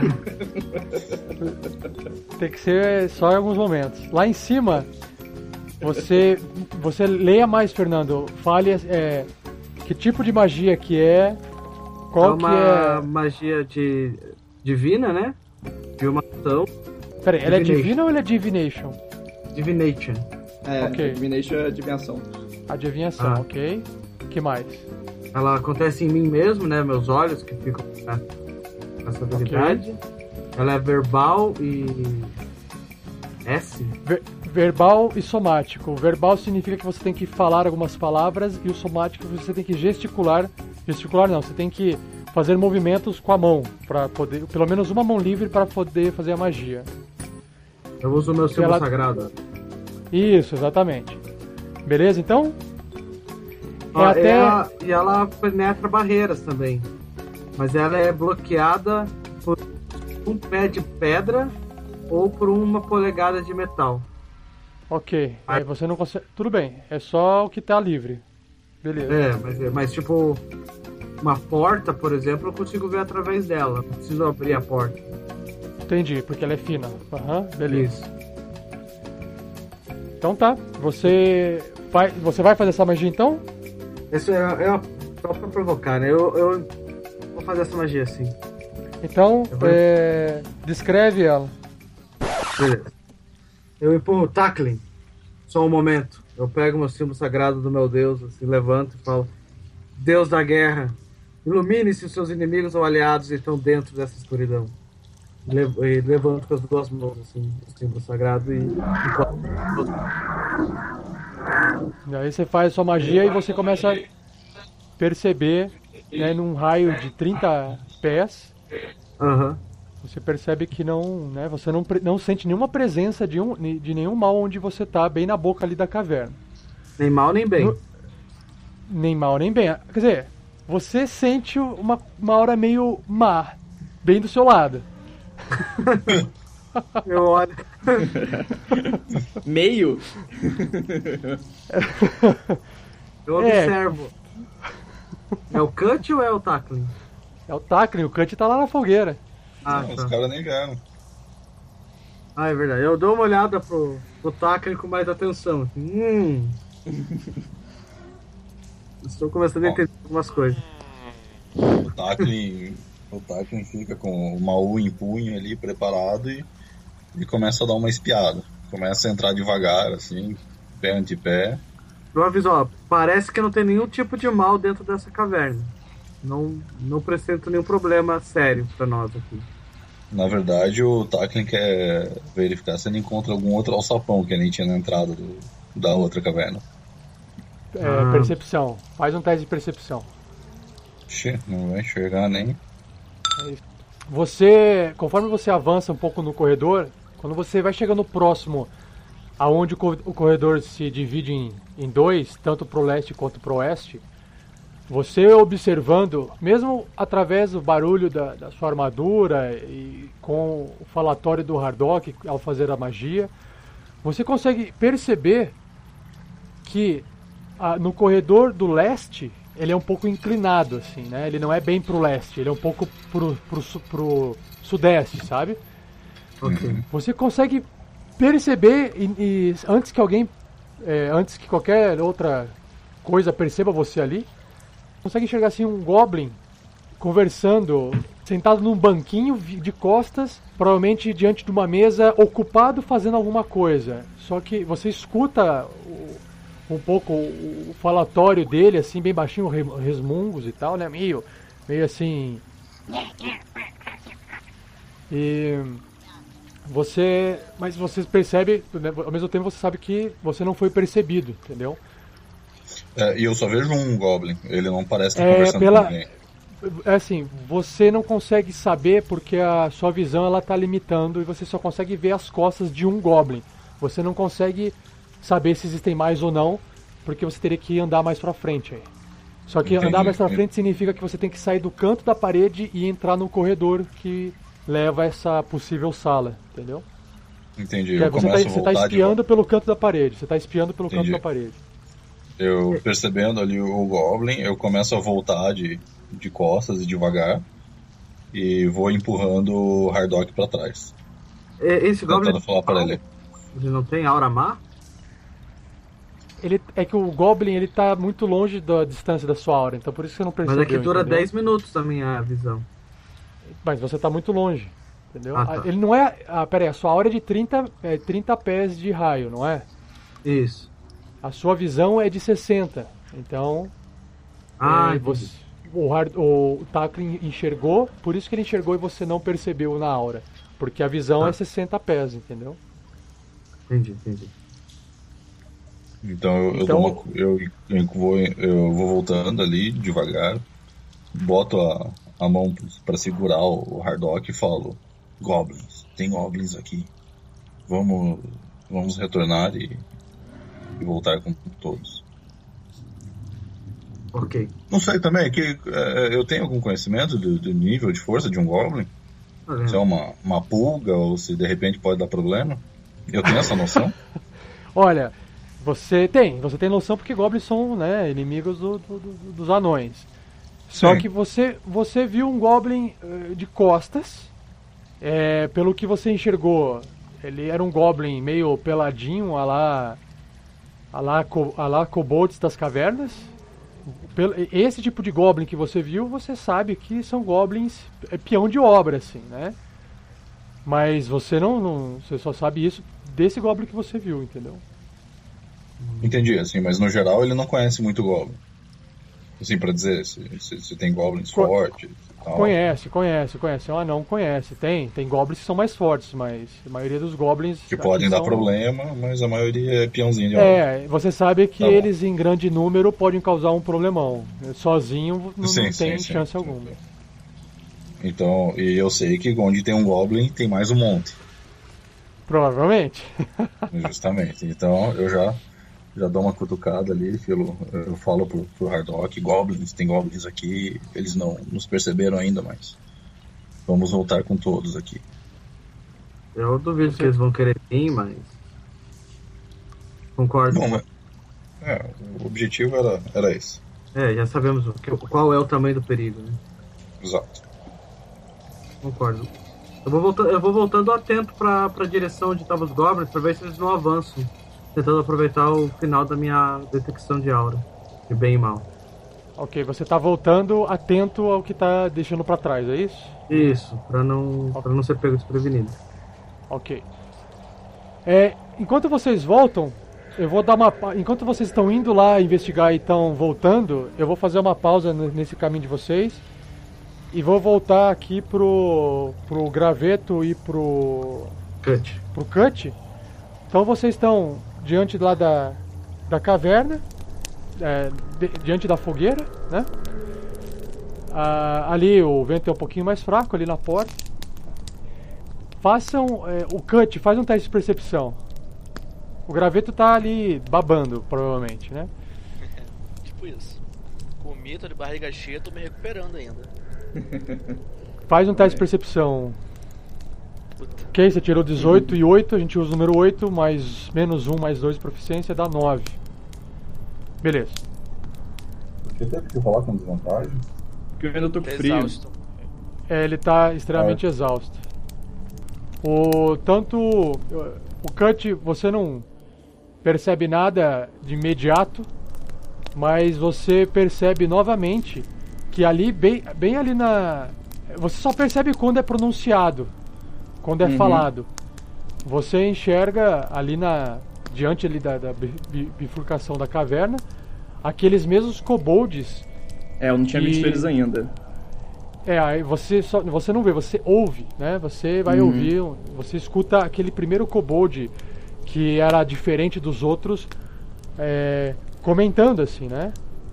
Tem que ser só em alguns momentos. Lá em cima, você, você leia mais, Fernando. Fale é, que tipo de magia que é, qual é que uma é... magia de divina, né? De uma ação. Peraí, ela é Divination. divina ou ela é divination? Divination. É, Ok. Divination é adivinhação. Adivinhação, Ah. ok. O que mais? Ela acontece em mim mesmo, né? Meus olhos que ficam com essa habilidade. Ela é verbal e... S? Ver, verbal e somático. O verbal significa que você tem que falar algumas palavras e o somático você tem que gesticular. Gesticular não, você tem que fazer movimentos com a mão, para poder, pelo menos uma mão livre para poder fazer a magia. Eu uso o meu símbolo ela... sagrado. Isso, exatamente. Beleza, então? É Ah, até... ela, e ela penetra barreiras também. Mas ela é bloqueada por um pé de pedra ou por uma polegada de metal. Ok, aí você não consegue... Tudo bem, é só o que tá livre. Beleza. É, mas, mas tipo... Uma porta, por exemplo, eu consigo ver através dela. Não preciso abrir a porta. Entendi, porque ela é fina. Aham, uhum, beleza. Isso. Então tá, você vai, você vai fazer essa magia então? Isso é, é só pra provocar, né? Eu, eu vou fazer essa magia assim. Então, é, descreve ela. Beleza. Eu empurro o tackling. Só um momento. Eu pego meu símbolo sagrado do meu Deus, assim, levanto e falo: Deus da guerra, ilumine se os seus inimigos ou aliados estão dentro dessa escuridão. E levanto com as duas mãos, assim, o símbolo sagrado e... E aí você faz a sua magia e você começa a perceber, né, num raio de trinta pés, uhum. Você percebe que não, né, você não, não sente nenhuma presença de, um, de nenhum mal onde você tá, bem na boca ali da caverna. Nem mal nem bem. No, nem mal nem bem. Quer dizer, você sente uma, uma aura meio má, bem do seu lado. Eu olho. Meio? Eu observo. É, é o cut ou é o tackling? É o tackling, o cut tá lá na fogueira. Ah, tá. Os caras nem vieram. Ah, é verdade. Eu dou uma olhada pro, pro tackling com mais atenção. Assim. Hum. Estou começando a entender algumas coisas. O tackling, o tackling fica com uma U em punho ali, preparado, e, e começa a dar uma espiada. Começa a entrar devagar, assim, pé ante pé. Eu aviso, ó, parece que não tem nenhum tipo de mal dentro dessa caverna. Não, não apresenta nenhum problema sério pra nós aqui. Na verdade, o tackling quer verificar se ele encontra algum outro alçapão que ele tinha na entrada do, da outra caverna. É, ah. Percepção. Faz um teste de percepção. Xê, não vai enxergar nem. Você, conforme você avança um pouco no corredor, quando você vai chegando próximo aonde o corredor se divide em, em dois, tanto pro leste quanto pro oeste, você observando, mesmo através do barulho da, da sua armadura e com o falatório do Hardock ao fazer a magia, você consegue perceber que ah, no corredor do leste ele é um pouco inclinado, assim, né? Ele não é bem pro leste, ele é um pouco pro, pro, pro sudeste, sabe? Okay. Você consegue perceber e, e antes que alguém, é, antes que qualquer outra coisa perceba você ali, consegue enxergar assim um goblin conversando, sentado num banquinho de costas, provavelmente diante de uma mesa, ocupado fazendo alguma coisa. Só que você escuta o, um pouco o, o falatório dele, assim, bem baixinho, resmungos e tal, né? Meio, meio assim... E... Você... Mas você percebe, né, ao mesmo tempo você sabe que você não foi percebido, entendeu? É, e eu só vejo um Goblin, ele não parece estar é, conversando pela, com ninguém. É assim, você não consegue saber porque a sua visão ela tá limitando e você só consegue ver as costas de um Goblin. Você não consegue saber se existem mais ou não, porque você teria que andar mais pra frente aí. Só que Entendi. Andar mais pra frente significa que você tem que sair do canto da parede e entrar no corredor que leva a essa possível sala, entendeu? Entendi, Que eu você, tá, começo a você tá voltar de espiando pelo canto da parede, você tá espiando pelo Entendi. canto da parede. Eu percebendo ali o Goblin, eu começo a voltar de, de costas e devagar, e vou empurrando o Hardock pra trás. Esse Goblin... Tentando falar pra ele. Ele não tem aura má? Ele, é que o Goblin ele tá muito longe da distância da sua aura, então por isso que você não percebeu. Mas aqui dura entendeu? dez minutos a minha visão. Mas você tá muito longe, entendeu? Ah, tá. Ele não é... Ah, pera aí, a sua aura é de trinta, é trinta pés de raio, não é? Isso. A sua visão é de sessenta, então... Ah, é, você, o, hard, o Tackling enxergou, por isso que ele enxergou e você não percebeu na aura. Porque a visão Ah. é sessenta pés, entendeu? Entendi, entendi. Então, eu, eu, Então- dou uma- eu, eu vou, eu vou voltando ali devagar, boto a, a mão para segurar o, o Hardock e falo: Goblins, tem goblins aqui. Vamos, vamos retornar e, e voltar com todos. Ok. Não sei também, que é, eu tenho algum conhecimento do, do nível de força de um Goblin? Tá vendo? Se é uma, uma pulga ou se de repente pode dar problema? Eu tenho essa noção? Olha, você tem, você tem noção porque goblins são, né, inimigos do- do- do- dos anões. Só Sim. que você, você viu um goblin eh, de costas, é, pelo que você enxergou, ele era um goblin meio peladinho, a lá, a lá, co- a lá kobolds das cavernas. Pelo- esse tipo de goblin que você viu, você sabe que são goblins é, peão de obra, assim, né? Mas você não, não, você só sabe isso desse goblin que você viu, entendeu? Entendi, assim, mas no geral ele não conhece muito Goblin. Assim, pra dizer, se, se, se tem Goblins Co- fortes e tal. Conhece, conhece, conhece. É um anão, conhece. Tem, tem goblins que são mais fortes, mas a maioria dos goblins Que aqui podem dar são- problema, mas a maioria é peãozinho de obra. É, você sabe que Tá bom. eles em grande número podem causar um problemão. Sozinho não, Sim, não sim, tem sim, chance sim, alguma. sim. Então, e eu sei que onde tem um Goblin tem mais um monte. Provavelmente. Justamente. Então eu já, já dou uma cutucada ali, filo, eu falo pro, pro Hardock: Goblins, tem Goblins aqui, eles não nos perceberam ainda, mas vamos voltar com todos aqui. Eu duvido Você- que eles vão querer vir, mas. Concordo. Bom, mas, é, o objetivo era, era esse. É, já sabemos o que, qual é o tamanho do perigo, né? Exato. Concordo. Eu vou voltando, eu vou voltando atento pra, pra direção onde estavam os goblins pra ver se eles não avançam. Tentando aproveitar o final da minha detecção de aura. De bem e mal. Ok, você tá voltando atento ao que tá deixando pra trás, é isso? Isso, pra não, pra não ser pego desprevenido. Ok. É, enquanto vocês voltam, eu vou dar uma. pa- Enquanto vocês estão indo lá investigar e estão voltando, eu vou fazer uma pausa n- nesse caminho de vocês. E vou voltar aqui pro, pro graveto e pro, Cut. pro cut. Então vocês estão diante lá da, da caverna, é, de- diante da fogueira, né? Ah, ali o vento é um pouquinho mais fraco, ali na porta. Façam é, o cut, faz um teste de percepção. O graveto tá ali babando, provavelmente, né? Tipo isso. Comi, tô de barriga cheia, tô me recuperando ainda. Faz um teste de percepção. Puta. Ok, você tirou dezoito e oito, a gente usa o número oito, mais menos um, mais dois de proficiência, dá nove. Beleza. Você teve que rolar com desvantagem? Porque eu ainda tô com frio. Exausto. É, ele tá extremamente Ah, é. exausto. O tanto o cut você não percebe nada de imediato, mas você percebe novamente que ali bem, bem ali na você só percebe quando é pronunciado, quando é Uhum. falado. Você enxerga ali na diante ali da, da bi- bi- bifurcação da caverna aqueles mesmos kobolds. É, eu não tinha E- visto eles ainda. É, aí você só, você não vê, você ouve, né? Você vai Uhum. ouvir, você escuta aquele primeiro kobold que era diferente dos outros, é, comentando assim, né?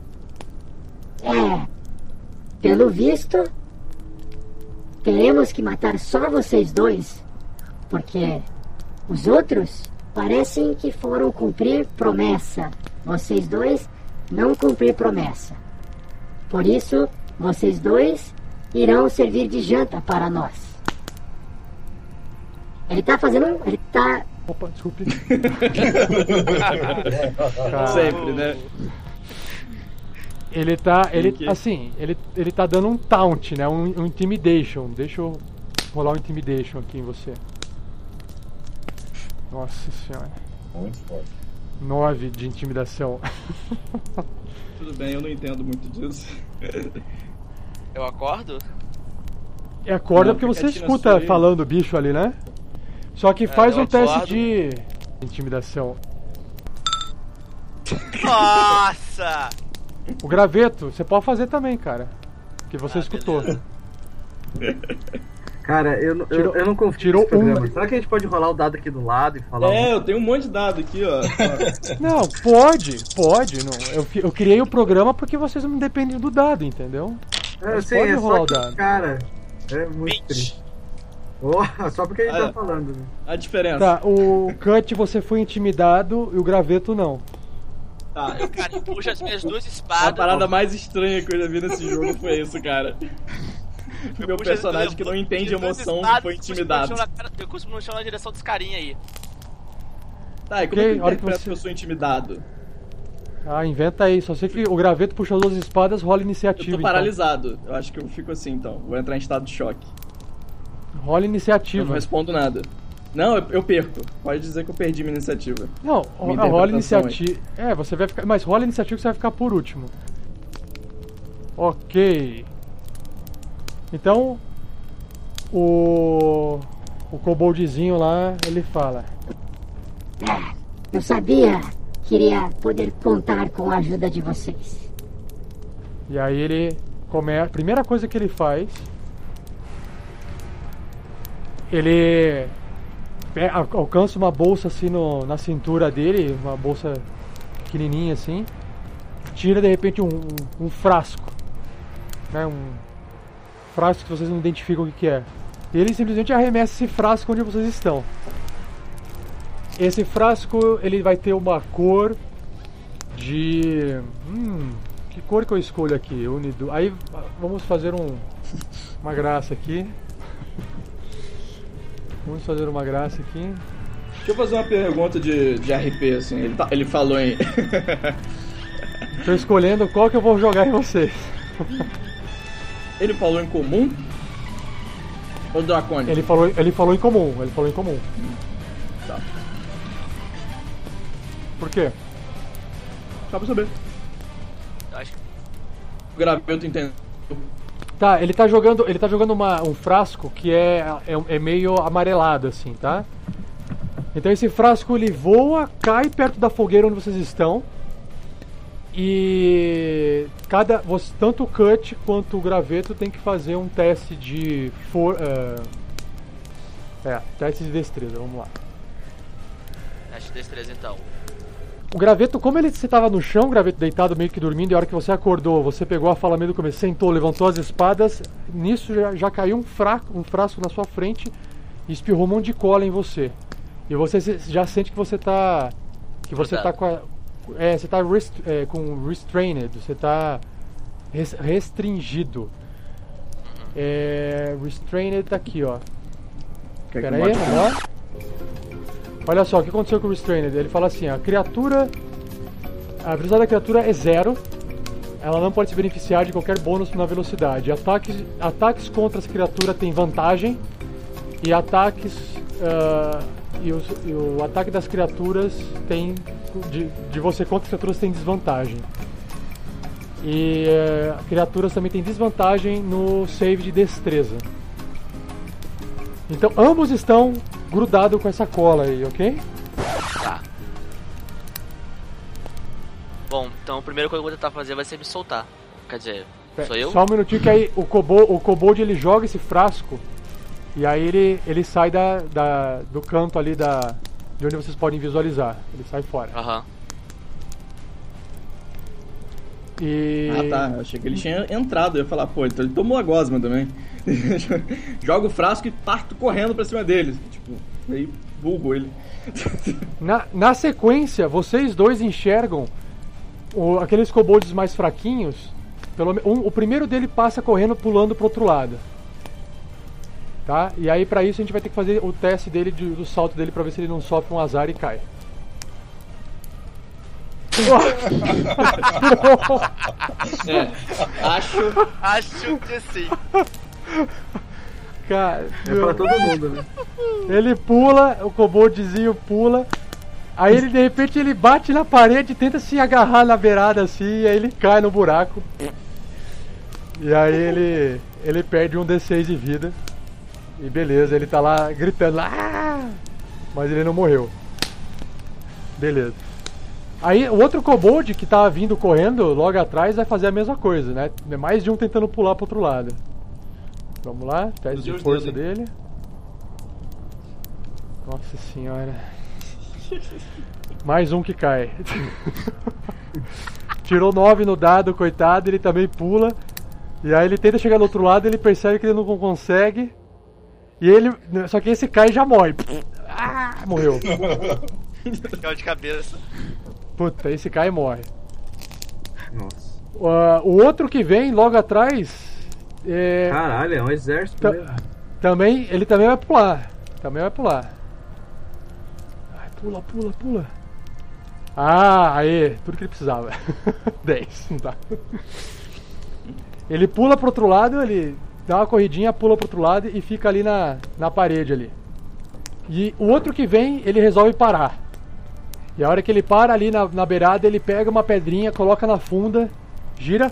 É, pelo visto, teremos que matar só vocês dois, porque os outros parecem que foram cumprir promessa. Vocês dois não cumprir promessa. Por isso, vocês dois irão servir de janta para nós. Ele tá fazendo. um- Ele tá. Opa, desculpe. Sempre, né? Ele tá, ele, que- assim, ele, ele tá dando um taunt, né? Um, um intimidation. Deixa eu rolar um intimidation aqui em você. Nossa senhora. Muito forte. nove de intimidação. Tudo bem, eu não entendo muito disso. Eu acordo? É acorda Não, porque fica você aqui na escuta sua aí. falando o bicho ali, né? Só que faz eu um teste acordo. de intimidação. Nossa! O graveto, você pode fazer também, cara. Que você Ah, escutou. beleza. Cara, eu, não- eu, Tirou- eu não confio tirou nesse programa. um- Será que a gente pode rolar o dado aqui do lado e falar? É, eu tenho um monte de dado aqui, ó. Não, pode, pode. Não. Eu, eu criei o programa porque vocês não dependem do dado, entendeu? É, Mas sim, pode é rolar só o que, dado. cara, é muito triste. Oh, só porque a gente Ah, tá falando, né? A diferença. Tá, o Cut você foi intimidado e o Graveto não. Tá. Eu, cara, eu puxo as minhas duas A espadas. parada mais estranha que eu já vi nesse jogo foi isso, cara. O meu puxo- personagem eu que não levanto entende as duas emoção espadas, foi cuspo no intimidado. chão na cara- Eu cuspo no chão na direção dos carinha aí. Tá, e como Ok, é que eu a hora que interpreto você- que eu sou intimidado? Ah, inventa aí. Só sei que o Graveto puxou as duas espadas, rola Eu iniciativa. tô então. paralisado. Eu acho que eu fico assim, então. Vou entrar em estado de choque. Rola Eu não iniciativa. respondo nada. Não, eu, eu perco. Pode dizer que eu perdi minha iniciativa. Não, Minha ro- rola interpretação iniciativa. É, você vai ficar. Mas rola iniciativa que você vai ficar por último. Ok. Então. O. O koboldzinho lá, ele fala. Ah, eu sabia que iria poder contar com a ajuda de vocês. E aí ele começa. A primeira coisa que ele faz. Ele pe- al- alcança uma bolsa assim no, na cintura dele, uma bolsa pequenininha assim. Tira de repente um, um, um frasco. Né, um frasco que vocês não identificam o que, que é. E ele simplesmente arremessa esse frasco onde vocês estão. Esse frasco ele vai ter uma cor de. Hum, que cor que eu escolho aqui? Unido. Aí vamos fazer um, uma graça aqui. Vamos fazer uma graça aqui. Deixa eu fazer uma pergunta de, de R P, assim. Ele, tá- ele falou em. Estou escolhendo qual que eu vou jogar em vocês. Ele falou em comum? Ou dracônico? Ele falou, ele falou em comum. Ele falou em comum. Tá. Por quê? Só pra saber. Eu acho que O Graveto entendeu. Tá, ele tá jogando, ele tá jogando uma, um frasco que é, é, é meio amarelado assim, tá? Então esse frasco ele voa, cai perto da fogueira onde vocês estão. E cada, você, tanto o Cut quanto o Graveto tem que fazer um teste de for, uh, é, teste de destreza, vamos lá. Teste de destreza então. O Graveto, como ele você estava no chão, o Graveto deitado meio que dormindo, e a hora que você acordou, você pegou a fala meio do começo, sentou, levantou as espadas, nisso já, já caiu um, fraco, um frasco na sua frente e espirrou um monte de cola em você. E você se- já sente que você tá que você tá Grudado. com a, é, você tá rest, é, com restrained, você tá res- restringido. É, restrained tá aqui, ó. Quer que Pera eu aí, bote? vamos lá. Olha só, o que aconteceu com o Restrained? Ele fala assim, a criatura... A velocidade da criatura é zero. Ela não pode se beneficiar de qualquer bônus na velocidade. Ataques, ataques contra essa criatura tem vantagem. E ataques... ah, e, os- e o ataque das criaturas tem... De, de você contra as criaturas tem desvantagem. E eh, criaturas também tem desvantagem no save de destreza. Então ambos estão grudados com essa cola aí, ok? Tá. Bom, então a primeira coisa que eu vou tentar fazer vai ser me soltar. Quer dizer, sou eu? Só um minutinho que aí o kobold, o kobold ele joga esse frasco e aí ele, ele sai da, da, do canto ali da, de onde vocês podem visualizar. Ele sai fora. Aham. E... Ah, tá. Eu achei que ele tinha entrado. Eu ia falar, pô, então ele tomou a gosma também. Joga o frasco e parto correndo pra cima dele. Tipo, meio burro ele. Na, na sequência, vocês dois enxergam o- aqueles kobolds mais fraquinhos. Pelo, me- um, o primeiro dele passa correndo, pulando pro outro lado. Tá? E aí pra isso a gente vai ter que fazer o teste dele de- do salto dele pra ver se ele não sofre um azar e cai. É, acho. Acho que sim. Cara, É pra todo mundo, né? ele pula, o koboldzinho pula. Aí ele de repente ele bate na parede, tenta se agarrar na beirada assim, e aí ele cai no buraco. E aí ele ele perde um D seis de vida. E beleza, ele tá lá gritando, ah! Mas ele não morreu. Beleza. Aí o outro kobold que tava vindo correndo logo atrás vai fazer a mesma coisa, né? É mais de um tentando pular pro outro lado. Vamos lá, teste Usei de os força dedos, dele. Nossa senhora. Mais um que cai. Tirou nove no dado, coitado, ele também pula. E aí ele tenta chegar do outro lado, ele percebe que ele não consegue. E ele. Só que esse cai e já morre. Ah, morreu. Caiu de cabeça. Puta, esse cai e morre. Nossa. Uh, o outro que vem logo atrás. É, Caralho, é um exército ta- mesmo. também, ele também vai pular. Também vai pular. Ai, pula, pula, pula. Ah, aí, tudo que ele precisava. dez, não dá. Ele pula pro outro lado, ele dá uma corridinha, pula pro outro lado e fica ali na, na parede ali. E o outro que vem, ele resolve parar. E a hora que ele para ali na, na beirada, ele pega uma pedrinha, coloca na funda, gira.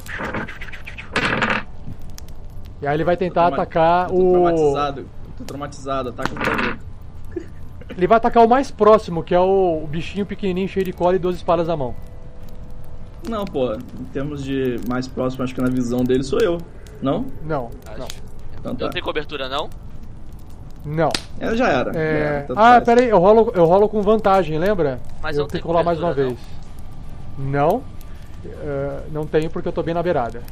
E aí ele vai tentar Tô trauma- atacar tô o... traumatizado. Tô traumatizado, ataca o Davi. Ele vai atacar o mais próximo, que é o, o bichinho pequenininho, cheio de cola e duas espadas na mão. Não, pô, em termos de mais próximo, acho que na visão dele sou eu. Não? Não, Acho. não, Então Eu tá. não tenho cobertura, não? não. É, já era. já É... era, tanto Ah, faz. pera aí, eu rolo, eu rolo com vantagem, lembra? Mas eu não tenho tem que rolar mais uma cobertura, vez. Não? Eh, não tenho porque eu tô bem na beirada.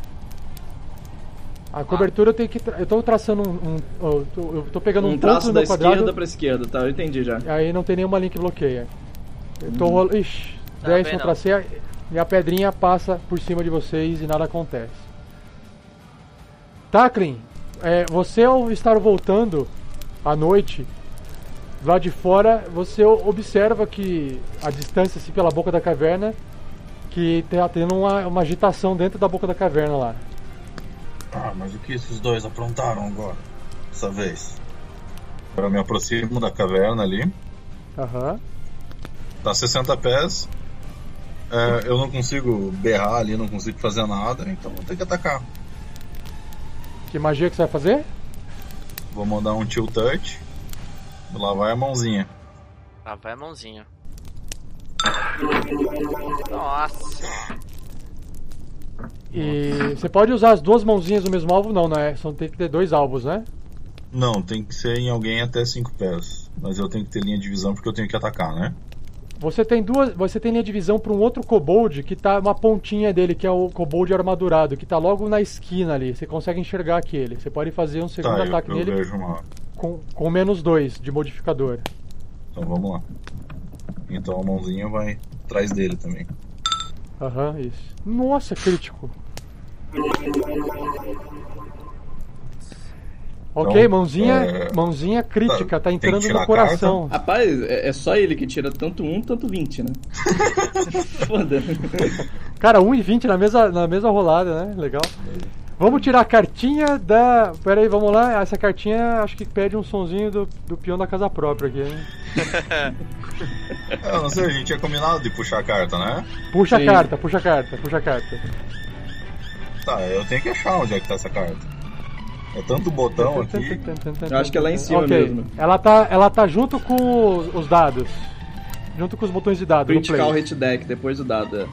A cobertura eu tenho que... Tra... Eu tô traçando um... um- eu, tô, eu tô pegando um, Um ponto traço no da meu quadrado, esquerda pra esquerda, tá? Eu entendi já. aí não tem nenhuma link que bloqueia. Eu tô rolando... Ixi, Tá dez bem, contra não. C e a pedrinha passa por cima de vocês e nada acontece. Tacklin, é, você ao estar voltando à noite, lá de fora, você o- observa que a distância assim, pela boca da caverna, que tá tendo uma, uma agitação dentro da boca da caverna lá. Ah, mas o que esses dois aprontaram agora? Dessa vez? Eu me aproximo da caverna ali. Aham. Tá a sessenta pés. É, eu não consigo berrar ali, não consigo fazer nada, então vou ter que atacar. Que magia que você vai fazer? Vou mandar um Chill Touch. Lá vai a mãozinha. Ah, vai a mãozinha. Nossa. E você pode usar as duas mãozinhas no mesmo alvo? Não, né? Só tem que ter dois alvos, né? Não, tem que ser em alguém até cinco pés. Mas eu tenho que ter linha de visão porque eu tenho que atacar, né? Você tem duas, você tem linha de visão para um outro kobold que tá uma pontinha dele, que é o kobold armadurado, que tá logo na esquina ali. Você consegue enxergar aquele. Você pode fazer um segundo Tá, eu, ataque eu nele vejo uma. com, com menos dois de modificador. Então vamos lá. Então a mãozinha vai atrás dele também. Aham, isso. Nossa, crítico. Ok, Então, mãozinha, é, mãozinha crítica, tá tem que entrando tirar no a coração. Rapaz, é, é só ele que tira tanto um, tanto vinte, né? Foda. Cara, um e vinte na mesma, na mesma rolada, né? Legal. Vamos tirar a cartinha da... Pera aí, vamos lá. Essa cartinha acho que pede um sonzinho do, do peão da casa própria aqui, hein? Eu não sei, a gente tinha combinado de puxar a carta, né? Puxa Sim. a carta, puxa a carta, puxa a carta. Tá, eu tenho que achar onde é que tá essa carta. É tanto botão aqui. Eu acho que é lá em cima Ok. mesmo. Ela tá, ela tá junto com os, os dados. Junto com os botões de dado no Critical play. hit deck, depois do dado. é.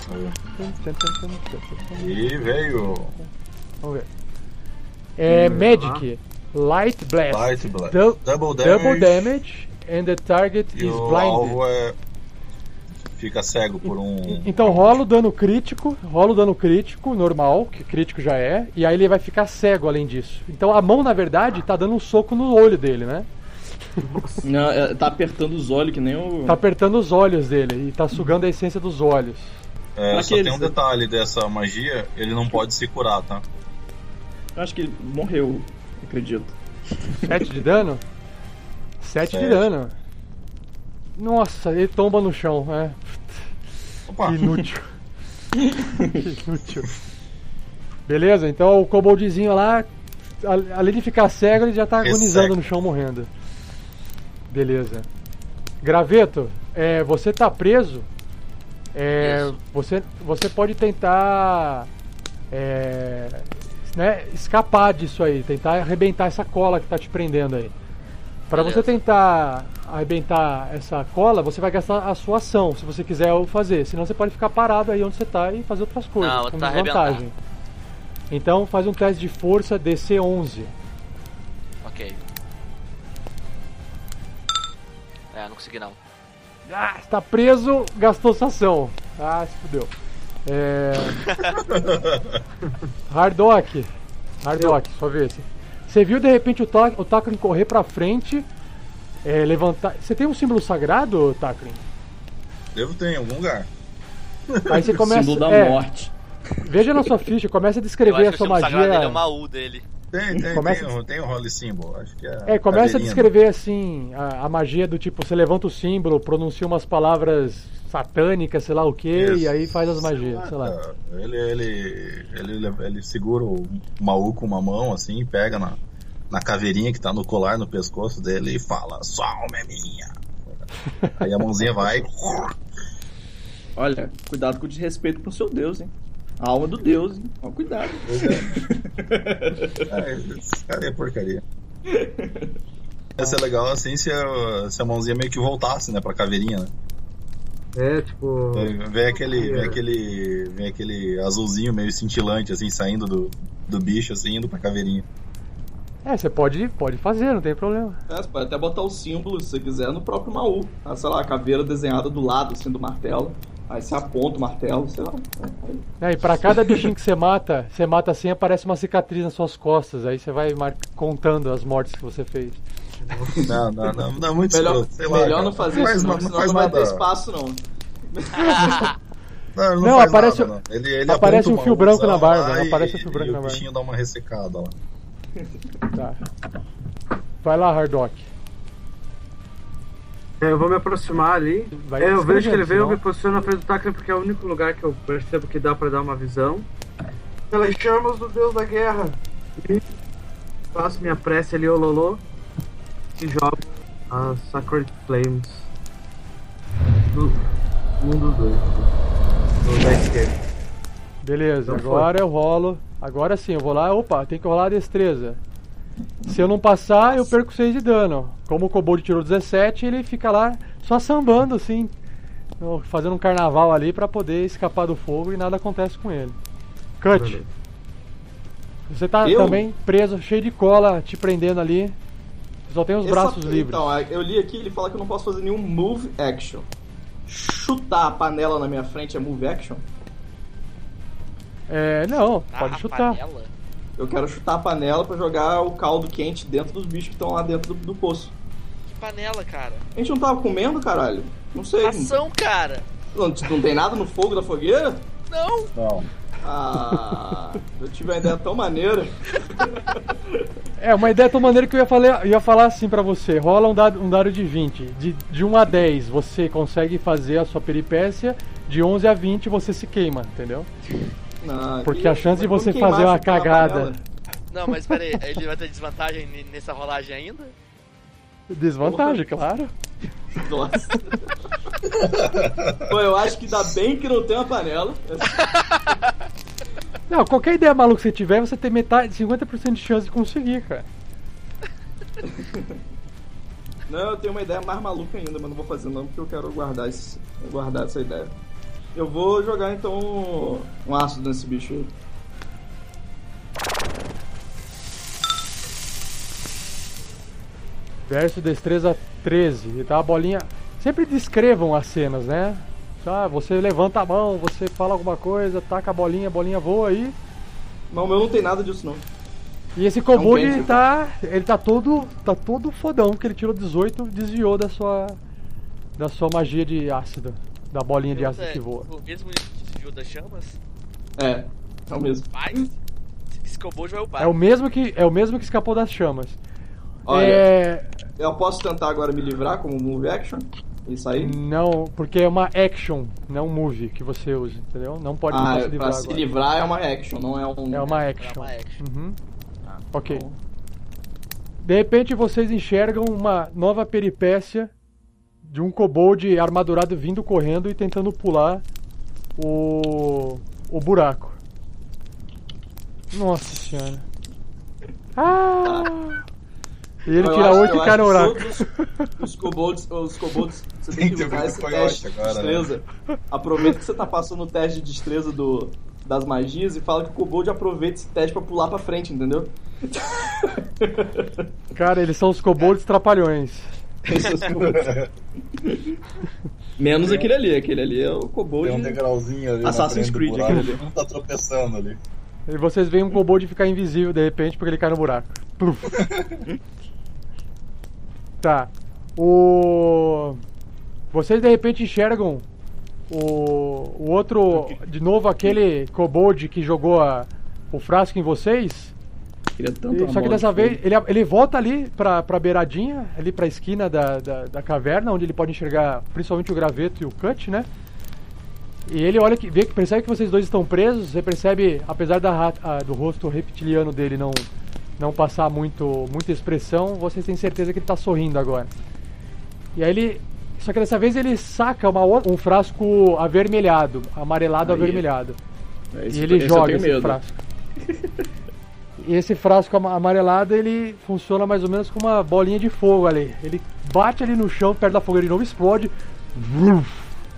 E veio Vamos ver. É Magic, Light Blast, Light Blast. Du- Double damage. Double damage, and the target e is o blinded. alvo é... fica cego por um... Então rola o dano crítico, rola o dano crítico, normal, que crítico já é, e aí ele vai ficar cego além disso. Então a mão, na verdade, tá dando um soco no olho dele, né? Não, é, tá apertando os olhos que nem o. Tá apertando os olhos dele e tá sugando a essência dos olhos. É, Pra só que tem um eles- detalhe dessa magia, ele não pode se curar, tá? Eu acho que ele morreu, acredito. sete de dano? sete de Sete. dano. Nossa, ele tomba no chão, é. Opa! Que inútil. Que inútil. Beleza, então o koboldzinho lá, a- além de ficar cego, ele já tá Resseca. agonizando no chão, morrendo. Beleza. Graveto, é, você tá preso. É, Isso. você, você pode tentar é, né, escapar disso aí, tentar arrebentar essa cola que tá te prendendo aí. Para Beleza. você tentar arrebentar essa cola, você vai gastar a sua ação, se você quiser o fazer. Senão você pode ficar parado aí onde você tá e fazer outras coisas, Não, com tá desvantagem. Então faz um teste de força D C onze. Ok. É, não consegui não. Ah, está preso, gastou sua ação. Ah, se fudeu. É... Hardock. Hardock, só ver se. Você viu de repente o, Ta- o Takrin correr pra frente, é, levantar. Você tem um símbolo sagrado, Takrin? Devo ter em algum lugar. Aí você começa. Símbolo da é, morte. Veja na sua ficha, começa a Eu descrever acho a que sua o símbolo sagrado dele é magia. o Maú dele. Tem, tem, Começa- tem, um, tem um Holy Symbol. Acho que é. É, começa a caveirinha, descrever assim a, a magia do tipo, você levanta o símbolo, pronuncia umas palavras satânicas, sei lá o que, Isso. e aí faz as magias, sei lá. É, Ele, ele, ele, ele segura o Maú com uma mão assim, pega na, na caveirinha que tá no colar no pescoço dele e fala: sua alma é minha. Aí a mãozinha vai. Olha, cuidado com o desrespeito pro seu Deus, hein? A alma do Deus, hein? Ó, cuidado. É, esse cara é porcaria. Ia ser legal assim se a, se a mãozinha meio que voltasse, né, pra caveirinha, né? É, tipo. Vem aquele, vem aquele, vem aquele azulzinho meio cintilante assim saindo do, do bicho assim indo pra caveirinha. É, você pode, pode fazer, não tem problema. É, você pode até botar o símbolo, se você quiser, no próprio Maú. Ah, sei lá, a caveira desenhada do lado, assim, do martelo. Aí você aponta o martelo, sei lá. É, e pra cada bichinho que você mata, você mata assim, aparece uma cicatriz nas suas costas. Aí você vai mar- contando as mortes que você fez. Não, não, não, não é muito Melhor, escroto, sei lá, melhor cara. não fazer faz isso, não, na- senão faz não vai nada. ter espaço, não. Não, ele não, Não, faz aparece- nada, não. Ele, ele aparece aponta um fio uma branco na mãozão barba, lá aparece e- um fio branco e na o barba. bichinho dá uma ressecada lá. Tá. Vai lá, Hardock. É, eu vou me aproximar ali. Vai É, eu vejo que ele descrevendo, veio, eu senão- me posiciono na frente do Takrin porque é o único lugar que eu percebo que dá pra dar uma visão. Pelas chamas do Deus da Guerra. E faço minha prece ali, ololô. E jogo as Sacred Flames. Do, um dos dois. No da esquerda. Beleza, Então foi. agora eu rolo. Agora sim, eu vou lá. Opa, tem que rolar a destreza. Se eu não passar, eu perco seis de dano. Como o Kobold tirou dezessete, ele fica lá só sambando assim, fazendo um carnaval ali pra poder escapar do fogo e nada acontece com ele. Cut. Beleza. Você tá Eu? também preso, cheio de cola, te prendendo ali. Só tem os Essa- braços livres. Então, eu li aqui, ele fala que eu não posso fazer nenhum move action. Chutar a panela na minha frente é move action? É, não, Ah, pode a chutar. panela? Eu quero chutar a panela pra jogar o caldo quente dentro dos bichos que estão lá dentro do, do poço. Que panela, cara? A gente não tava comendo, caralho? Não sei. Ação, cara! Não, não tem nada no fogo da fogueira? Não! Não. Ah, eu tive uma ideia tão maneira. É, uma ideia tão maneira que eu ia falar, ia falar assim pra você. Rola um dado, um dado de vinte. De, de um a dez você consegue fazer a sua peripécia. De onze a vinte você se queima, entendeu? Não, Porque que- a chance de vamos você queimar fazer uma chutando a cagada. panela. Não, mas pera aí, ele vai ter desvantagem n- nessa rolagem ainda? Desvantagem, claro. Nossa. Pô, eu acho que dá bem que não tem uma panela. Não, qualquer ideia maluca que você tiver, você tem metade, cinquenta por cento de chance de conseguir, cara. Não, eu tenho uma ideia mais maluca ainda, mas não vou fazer não, porque eu quero guardar, esse, guardar essa ideia. Eu vou jogar então um ácido nesse bicho aí. Verso destreza treze. E tá a bolinha. Sempre descrevam as cenas, né? Tá, você levanta a mão, você fala alguma coisa, taca a bolinha, a bolinha voa aí. Mas o meu não tem nada disso não. E esse Kobold, É um ele cantrip. tá. Ele tá todo. tá todo fodão, porque ele tirou dezoito, desviou da sua. da sua magia de ácido. Da bolinha de ácido que voa. O mesmo que desviou das chamas? É, é o mesmo. Mas, esse Kobold vai upar. É o mesmo que. É o mesmo que escapou das chamas. Olha, É. eu posso tentar agora me livrar como move action? Isso aí? Não, porque é uma action, não move que você usa, entendeu? Não pode Ah, tentar se pra livrar se agora. livrar é uma action, não é um... É uma É action. uma action. Uhum. Ah, Ok. então- De repente vocês enxergam uma nova peripécia de um kobold armadurado vindo correndo e tentando pular o, o buraco. Nossa senhora. Ah! E ele Eu tira acho- oito eu e cai no acho que buraco. todos Os kobolds, os kobolds, você tem que Tem que usar ter esse coiote teste de agora, né? destreza. Aproveita que você tá passando o teste de destreza do, das magias e fala que o Kobold aproveita esse teste pra pular pra frente, entendeu? Cara, eles são os kobolds trapalhões. Menos aquele ali, aquele ali é o Kobold. Tem um degrauzinho ali. Assassin's Creed, buraco, aquele ali. não tá tropeçando ali. E vocês veem um kobold ficar invisível de repente porque ele cai no buraco. Pluf. Tá. O... Vocês de repente enxergam o, o outro, de novo aquele kobold que jogou a... o frasco em vocês. Queria tanto E, só que dessa vez ele, ele volta ali pra, pra beiradinha, ali pra esquina da, da, da caverna, onde ele pode enxergar principalmente o graveto e o cut, né? E ele olha que vê que percebe que vocês dois estão presos. Você percebe, apesar da, a, do rosto reptiliano dele não, não passar muito, muita expressão, vocês têm certeza que ele tá sorrindo agora. E aí ele. Só que dessa vez ele saca uma, um frasco avermelhado, amarelado Aí. avermelhado. Esse, E ele esse joga eu esse tenho medo. frasco. E esse frasco ama- amarelado, ele funciona mais ou menos como uma bolinha de fogo ali. Ele bate ali no chão, perto da fogueira de novo, explode. Vruf.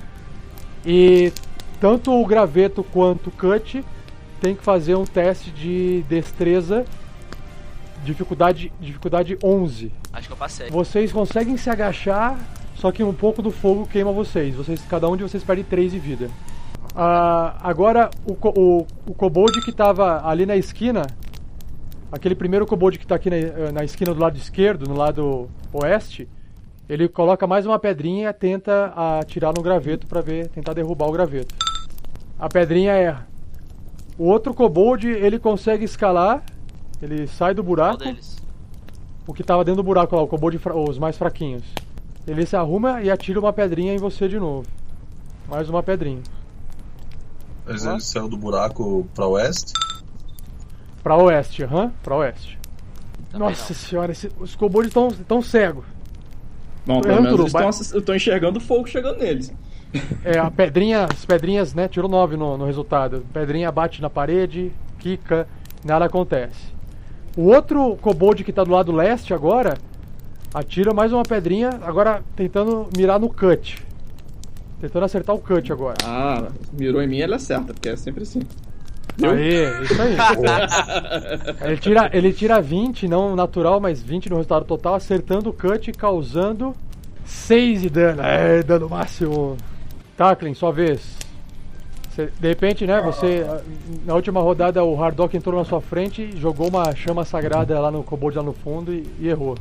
E tanto o graveto quanto o cut tem que fazer um teste de destreza, dificuldade, dificuldade onze. Acho que eu passei. Vocês conseguem se agachar, só que um pouco do fogo queima vocês. vocês cada um de vocês perde três de vida. Ah, agora, o, co- o, o kobold que estava ali na esquina, aquele primeiro kobold que está aqui na, na esquina do lado esquerdo, no lado oeste, ele coloca mais uma pedrinha e tenta atirar no graveto para ver, tentar derrubar o graveto. A pedrinha erra. O outro kobold, ele consegue escalar, ele sai do Qual buraco. deles? O que tava dentro do buraco lá, o kobold, fra- os mais fraquinhos. Ele se arruma e atira uma pedrinha em você de novo. Mais uma pedrinha. Mas ele saiu do buraco pra oeste? Pra oeste, aham, pra oeste. Também Nossa não. senhora, esse- os kobolds estão tão cegos. Bom, Tô pelo errando menos tudo, eles vai- tão assis- eu tô enxergando o fogo chegando neles. É, a pedrinha, as pedrinhas, né, tirou nove no, no resultado. Pedrinha bate na parede, quica, nada acontece. O outro kobold que tá do lado leste agora, atira mais uma pedrinha, agora tentando mirar no cut. Tentando acertar o cut agora. Ah, mirou em mim, ele acerta, porque é sempre assim. Viu? Aê, isso aí. ele, tira, ele tira vinte, não natural, mas vinte no resultado total, acertando o cut e causando seis de dano. É, dano máximo. Tacklin, sua vez. Você- de repente, né, você, na última rodada, o Hardock entrou na sua frente, jogou uma chama sagrada lá no kobold lá no fundo e, e errou.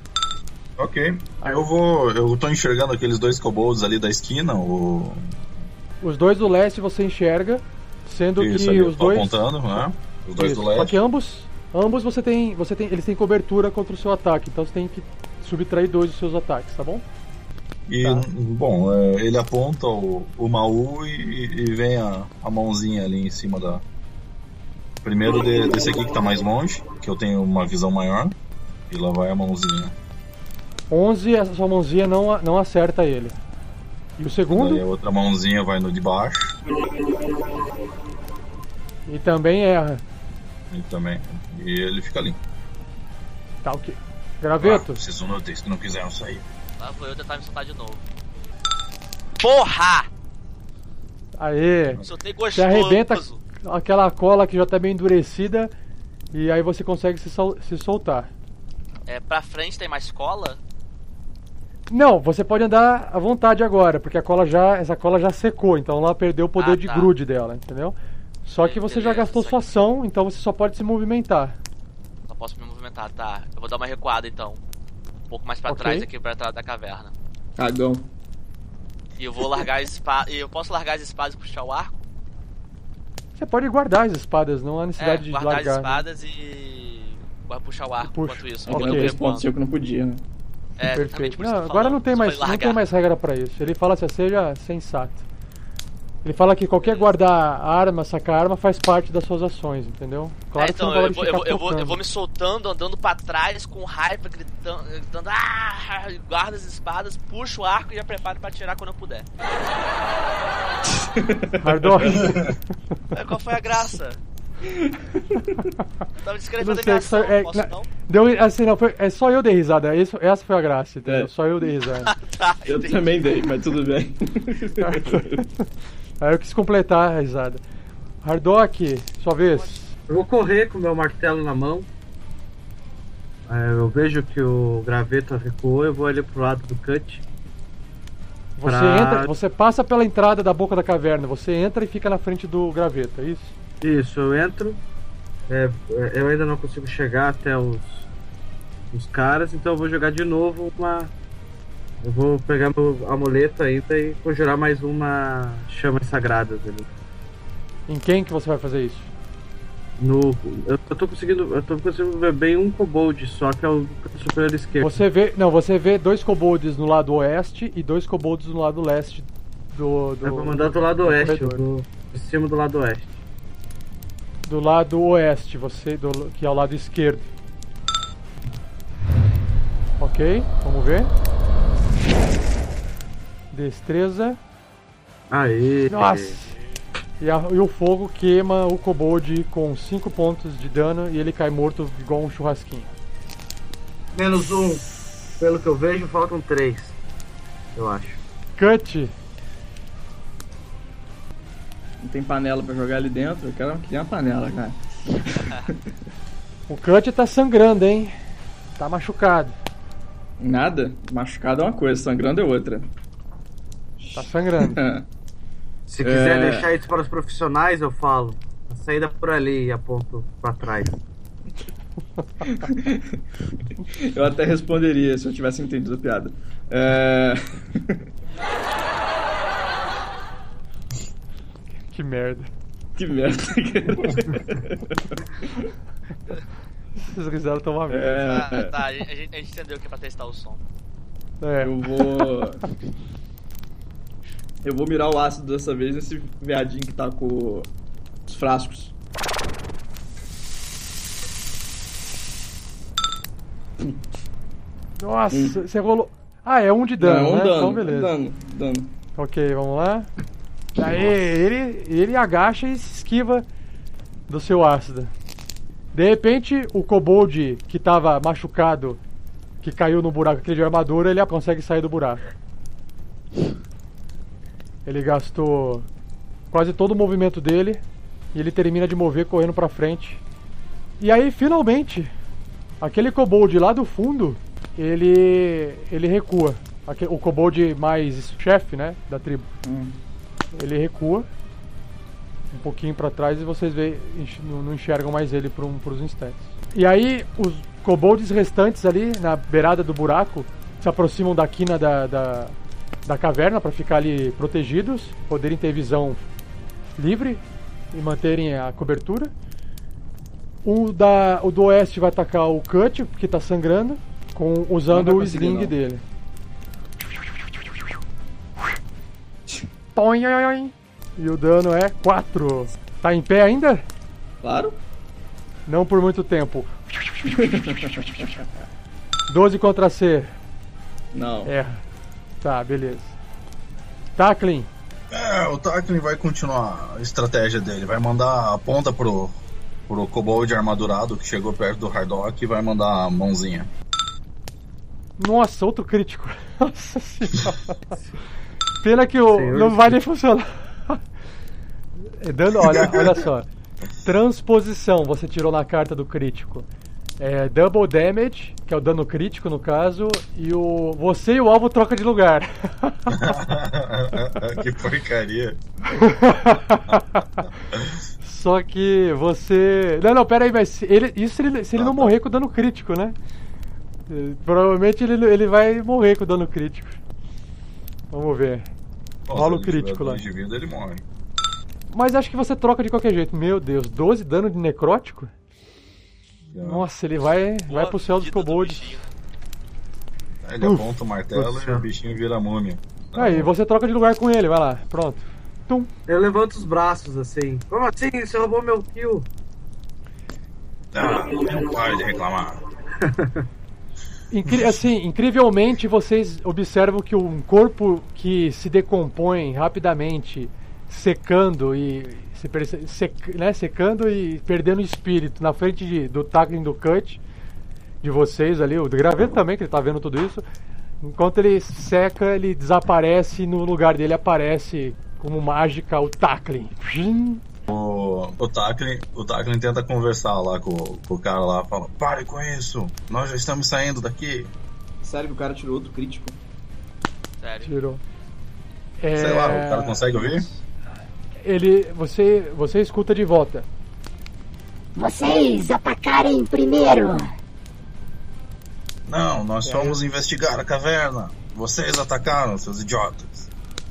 Ok. Eu vou. Eu tô enxergando aqueles dois kobolds ali da esquina, o. Os dois do leste você enxerga, sendo Isso que ali, eu os tô dois... apontando, né? Os dois Isso, do só leste. que ambos, ambos você tem, você tem, eles têm cobertura contra o seu ataque, então você tem que subtrair dois dos seus ataques, tá bom? E, Tá. bom, é, ele aponta o, o Maú e, e vem a, a mãozinha ali em cima da. Primeiro de- desse aqui que tá mais longe, que eu tenho uma visão maior. E lá vai a mãozinha. onze, essa sua mãozinha não, a- não acerta ele. E o segundo? Daí a outra mãozinha vai no de baixo. E também erra. E também. E ele fica ali. Tá ok. Graveto, Ah, esses inúteis que não quiseram sair. Lá vou eu tentar me soltar de novo. Porra! aê. Soltei Você gostoso. arrebenta aquela cola que já tá bem endurecida e aí você consegue se, sol- se soltar. É, pra frente tem mais cola? Não, você pode andar à vontade agora, porque a cola já, essa cola já secou, então ela perdeu o poder Ah, de tá. grude dela, entendeu? Só que você já Beleza, gastou sua saquei. ação, então você só pode se movimentar. Só posso me movimentar, tá. Eu vou dar uma recuada então. Um pouco mais pra Ok. trás aqui pra trás da caverna. Cagão. E eu vou largar as espadas. E eu posso largar as espadas e puxar o arco? Você pode guardar as espadas, não há É, necessidade de guardar largar. as espadas e. Vou puxar o arco Puxa. enquanto isso. É que Ok. no Eu três ponto recuando. cinco não podia, né? É, exatamente Perfeito. por isso Não, que eu tô agora falando. não tem Só mais, falei não tem largar. mais regra pra isso. Ele fala assim, seja sensato. Ele fala que qualquer guardar arma, sacar arma faz parte das suas ações, entendeu? Claro É, que você então, não eu pode vou, eu, ficar vou, eu, vou, eu tocando. vou me soltando, andando pra trás com raiva, gritando, gritando, ah, guarda as espadas, puxo o arco e já preparo pra atirar quando eu puder. Hardock, É, qual foi a graça? Eu tava descrevendo não a minha sei, ação, só- é, posso na- não? deu, assim, não, foi, é só eu dei risada, isso, essa foi a graça, entendeu? É. Só eu dei risada. Tá, Eu entendi. também dei, mas tudo bem. Aí eu quis completar a risada. Hardock, sua vez. Eu vou correr com o meu martelo na mão. É, eu vejo que o graveto recuou, eu vou ali pro lado do Cut. Você Pra- entra, você passa pela entrada da boca da caverna, você entra e fica na frente do graveto, é isso? Isso, eu entro. É, é, eu ainda não consigo chegar até os, os caras, então eu vou jogar de novo uma. Eu vou pegar meu amuleto ainda e conjurar mais uma chamas sagradas ali. Em quem que você vai fazer isso? No, eu, eu tô conseguindo. Eu tô conseguindo ver bem um kobold, só que é o superior esquerdo. Você vê, não, você vê dois kobolds no lado oeste e dois kobolds no lado leste do, do Eu vou mandar do lado oeste, corredor. do, de cima do lado oeste. Do lado oeste, você do, que é o lado esquerdo. Ok, vamos ver. Destreza. Aê! Nossa! E, a- e o fogo queima o kobold com cinco pontos de dano e ele cai morto igual um churrasquinho. Menos um. Pelo que eu vejo, faltam três. Eu acho. Cut! Não tem panela pra jogar ali dentro, eu quero que tenha uma panela, cara. O Cut tá sangrando, hein? Tá machucado. Nada? Machucado é uma coisa, sangrando é outra. Tá sangrando. Se quiser É. deixar isso para os profissionais, eu falo. A saída por ali e aponto pra trás. Eu até responderia se eu tivesse entendido a piada. É... Que merda. Que merda. Essas risadas estão uma merda. Ah, É... tá, a gente, a gente entendeu que é pra testar o som. É. Eu vou... Eu vou mirar o ácido dessa vez nesse viadinho que tá com os frascos. Nossa, você rolou. Ah, é um de dano, Não, é um né? dano, Então beleza. dano, dano. Ok, vamos lá. Aí, ele, ele agacha e se esquiva do seu ácido. De repente, o kobold que tava machucado, que caiu no buraco aquele de armadura, ele consegue sair do buraco. Ele gastou quase todo o movimento dele e ele termina de mover correndo pra frente. E aí, finalmente, aquele kobold lá do fundo, ele ele recua. Aque- O kobold mais chefe, né, da tribo. Hum. Ele recua um pouquinho pra trás e vocês vê, enx- não não enxergam mais ele por, um, por uns instantes. E aí os kobolds restantes ali na beirada do buraco se aproximam da quina da, da, da caverna para ficar ali protegidos, poderem ter visão livre e manterem a cobertura. O, da, o do oeste vai atacar o Cut, que tá sangrando, com, usando Não vai o conseguir, sling não. dele. Toinhoinhoin. E o dano é quatro. Tá em pé ainda? Claro. Não por muito tempo. doze contra C. Não. Erra. Tá, beleza. Tackling. É, o Tarkin vai continuar a estratégia dele. Vai mandar a ponta pro, pro kobold armadurado que chegou perto do Hardock e vai mandar a mãozinha. Nossa, outro crítico. Nossa senhora. Pena que o, Senhor não do vai nem funcionar. É dando, olha, olha só. Transposição, você tirou na carta do crítico. É double damage, que é o dano crítico no caso, e o você e o alvo troca de lugar. Que porcaria. Só que você. Não, não, pera aí, mas se ele, isso se ele, se ele Ah, não tá. morrer com dano crítico, né? Eh, Provavelmente ele, ele vai morrer com dano crítico. Vamos ver. Nossa, Rola o se ele tiver crítico lá. dois de vida, ele morre. Mas acho que você troca de qualquer jeito. Meu Deus, doze dano de necrótico? Nossa, ele vai, vai pro céu dos Vida do kobolds. bichinho. Ele Uf. aponta o martelo Nossa. e o bichinho vira múmia. Aí, você troca de lugar com ele, vai lá. Pronto. Tum. Eu levanto os braços assim. Como assim? Você roubou meu kill? Ah, não para de reclamar. Incri- assim, incrivelmente vocês observam que um corpo que se decompõe rapidamente, secando e se perce- sec- né, secando e perdendo o espírito na frente de- do tackling do Cut de vocês ali, o do graveto também, que ele tá vendo tudo isso. Enquanto ele seca, ele desaparece e no lugar dele aparece como mágica o tackling. Pshim. O, o Tacklin o Tacklin tenta conversar lá com, com o cara lá, fala: pare com isso, nós já estamos saindo daqui. Sério que o cara tirou outro crítico? Sério. Tirou. Sei É... lá, o cara consegue ouvir? Ele, você, você escuta de volta. Vocês atacarem primeiro. Não, nós É. fomos investigar a caverna. Vocês atacaram, seus idiotas.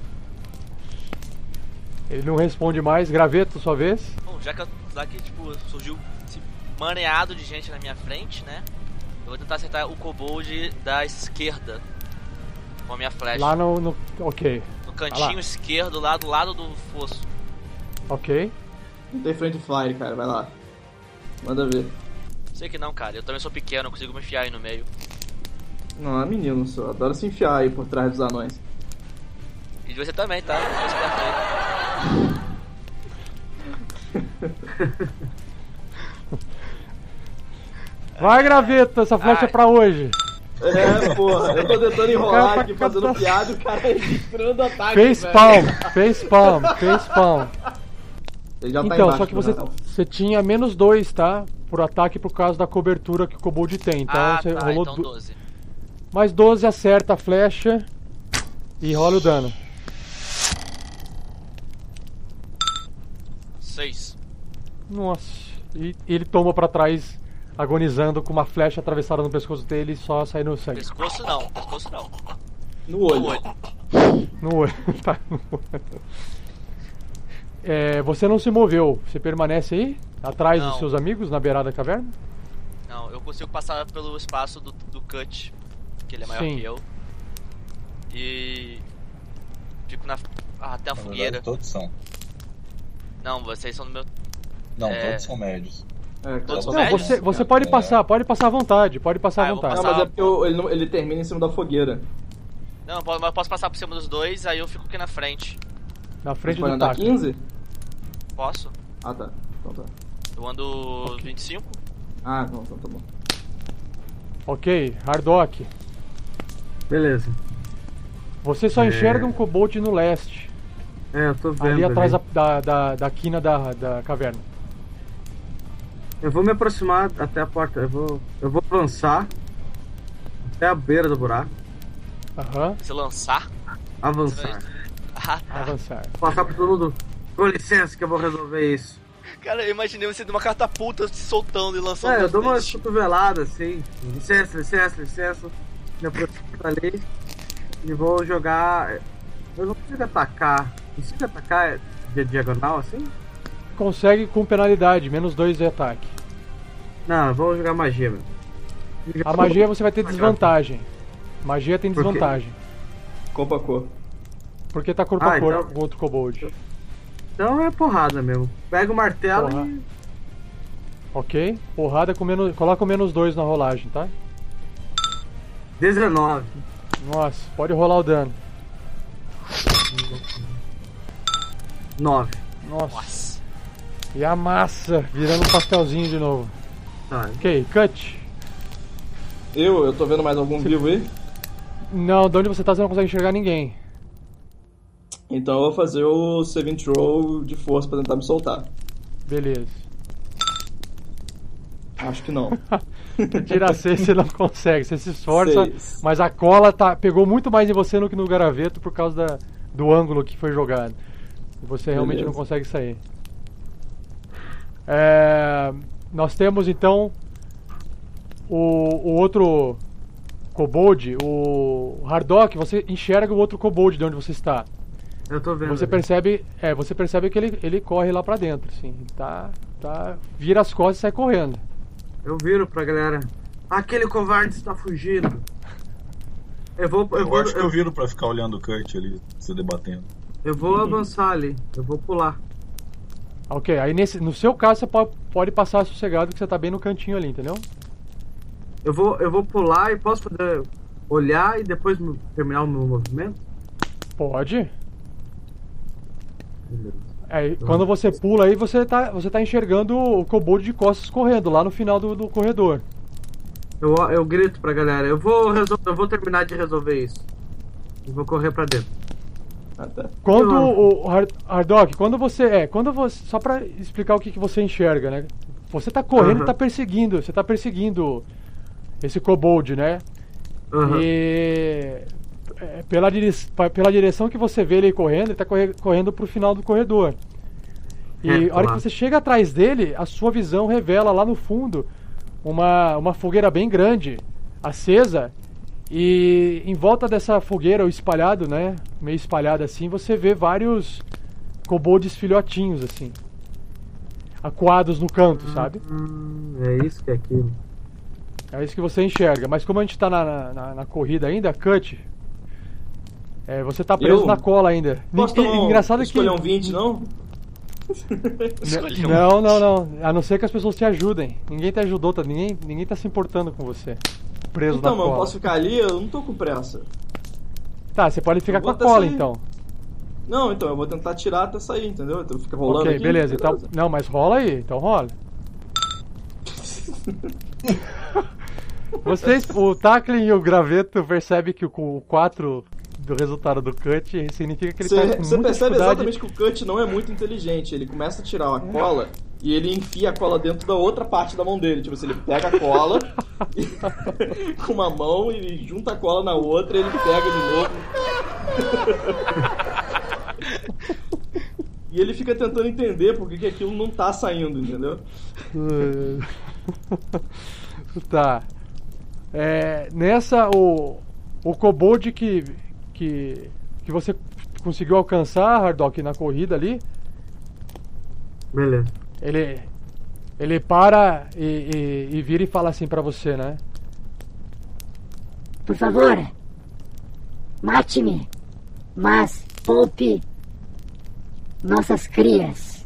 Ele não responde mais. Graveto, sua vez. Bom, já que, eu- já que tipo, surgiu esse maneado de gente na minha frente, né? Eu vou tentar acertar o kobold da esquerda com a minha flecha. Lá no... no ok. No Vai cantinho lá. esquerdo, lá do lado do fosso. Ok. Não tem frente fire, cara, vai lá. Manda ver. Sei que não, cara. Eu também sou pequeno, não consigo me enfiar aí no meio. Não, é menino só. Adora se enfiar aí por trás dos anões. E de você também, tá? Fica esperto aí. Vai, Graveto, essa flecha Ai. é pra hoje. É, porra, eu tô tentando O cara enrolar tá aqui fazendo captando- piada e o cara registrando ataque. Face velho. palm, face palm, face palm. Ele já tá Então, embaixo só que do você, Natal. você tinha menos dois, tá? Por ataque por causa da cobertura que o Kobold tem. Então ah, você tá, rolou então do- doze. mais doze, acerta a flecha e rola o dano. seis. Nossa. E ele toma pra trás, agonizando, com uma flecha atravessada no pescoço dele e só saindo sangue. Pescoço não, pescoço não. No olho. No olho. No olho. Tá no olho. É, você não se moveu. Você permanece aí? Atrás Não. dos seus amigos, na beirada da caverna? Não, eu consigo passar pelo espaço do, do Cut, que ele é maior Sim. que eu. E. Fico na. Ah, até a Na fogueira. verdade, todos são. Não, vocês são do meu. Não, É. todos são médios. É, Todos só- Não, médios? você, você pode É. passar, pode passar à vontade, pode passar Ah, à eu vou vontade. Não, passar. mas é porque eu- ele, não- ele termina em cima da fogueira. Não, eu posso- mas eu posso passar por cima dos dois, aí eu fico aqui na frente. Na frente Pode do andar taco. quinze? Posso? Ah, tá. Então tá. Eu ando vinte e cinco. Ah, não, então tá bom. Ok, Hardock. Beleza. Você só É. enxerga um Kobold no leste, É, eu tô vendo. ali atrás ali. da, da, da, da quina da, da caverna. Eu vou me aproximar até a porta. Eu vou, eu vou avançar até a beira do buraco. Aham, Se lançar. Avançar. Ah, tá. avançar. Passar por todo mundo. Com licença que eu vou resolver isso. Cara, eu imaginei você de uma catapulta se soltando e lançando. É, eu nas dou uma frente. cotovelada assim. Licença, licença, licença. Me aproximo dali e vou jogar. Eu não consigo atacar. Consigo atacar de diagonal assim? Consegue com penalidade, menos dois de ataque. Não, eu vou jogar magia, meu. A magia você vai ter desvantagem. Magia tem Por quê? desvantagem. Corpo a cor. Porque tá corpo Ah, a cor então- com outro Kobold. Então é porrada mesmo. Pega o martelo Porra. e. Ok? Porrada com menos. Coloca o menos dois na rolagem, tá? dezenove. Nossa, pode rolar o dano. nove. Nossa. Nossa. E a massa virando um pastelzinho de novo. Tá. Ok, cut. Eu, eu tô vendo mais algum vivo aí? Não, de onde você tá você não consegue enxergar ninguém. Então eu vou fazer o saving throw de força pra tentar me soltar. Beleza. Acho que não. Tira seis, você não consegue. Você se esforça, Seis. mas a cola tá, pegou muito mais em você do que no graveto por causa da, do ângulo que foi jogado. E você realmente Beleza. não consegue sair. É, nós temos então o, o outro Kobold, o Hardock. Você enxerga o outro Kobold de onde você está. Eu tô vendo. Você ali. percebe, é, você percebe que ele, ele corre lá pra dentro, assim. Ele tá, tá, vira as costas e sai correndo. Eu viro pra galera. Aquele covarde está fugindo. Eu vou. Eu, Eu, vou, acho que eu eu, viro pra ficar olhando o Kurt ali, se debatendo. eu vou avançar ali. Eu vou pular. Ok, aí nesse, no seu caso você pode, pode passar sossegado que você tá bem no cantinho ali, entendeu? Eu vou, eu vou pular e posso poder olhar e depois mo- terminar o meu movimento? Pode. Beleza. É, e quando você pula aí, você tá, você tá enxergando o Kobold de costas correndo lá no final do, do corredor. Eu, eu grito pra galera. Eu vou, resol- eu vou terminar de resolver isso. E vou correr pra dentro. Ah, tá. Quando o Hard- Hardock, quando você é, quando você, só pra explicar o que, que você enxerga, né? Você tá correndo e Aham. tá perseguindo, você tá perseguindo esse kobold, né? Aham. E é, pela, dire- pa- pela direção que você vê ele correndo, ele tá corre- correndo pro final do corredor. E É, a hora claro. que você chega atrás dele, a sua visão revela lá no fundo uma, uma fogueira bem grande, acesa, e em volta dessa fogueira, ou espalhado, né, meio espalhado assim, você vê vários kobolds filhotinhos, assim, acuados no canto, sabe? Hum, é isso que é aquilo. É isso que você enxerga. Mas como a gente tá na, na, na corrida ainda, Cut, é, você tá preso Eu? na cola ainda. Posso Ni- tomar um, engraçado que... escolher um vinte, não? Escolhi um. Não, não, não. A não ser que as pessoas te ajudem. Ninguém te ajudou, tá? Ninguém, ninguém tá se importando com você. Preso Então, na mano, eu cola. posso ficar ali? Eu não tô com pressa. Tá, você pode ficar Eu com a vou até cola sair. então. Não, então, eu vou tentar tirar até sair, entendeu? Então fica rolando Ok, aqui. beleza. Então, não, mas rola aí, então rola. Vocês, o Tacklin e o Graveto percebem que o quatro do resultado do Cut significa que ele tá com Você muita percebe dificuldade. exatamente que o Cut não é muito inteligente. Ele começa a tirar uma cola e ele enfia a cola dentro da outra parte da mão dele. Tipo assim, ele pega a cola e- com uma mão e junta a cola na outra e ele pega de novo. E ele fica tentando entender por que que aquilo não tá saindo, entendeu? Tá. É, nessa, o, o kobold que, que, que você conseguiu alcançar, Hardock, na corrida ali, Beleza. ele, ele para e, e, e vira e fala assim pra você, né? Por favor, mate-me, mas poupe nossas crias.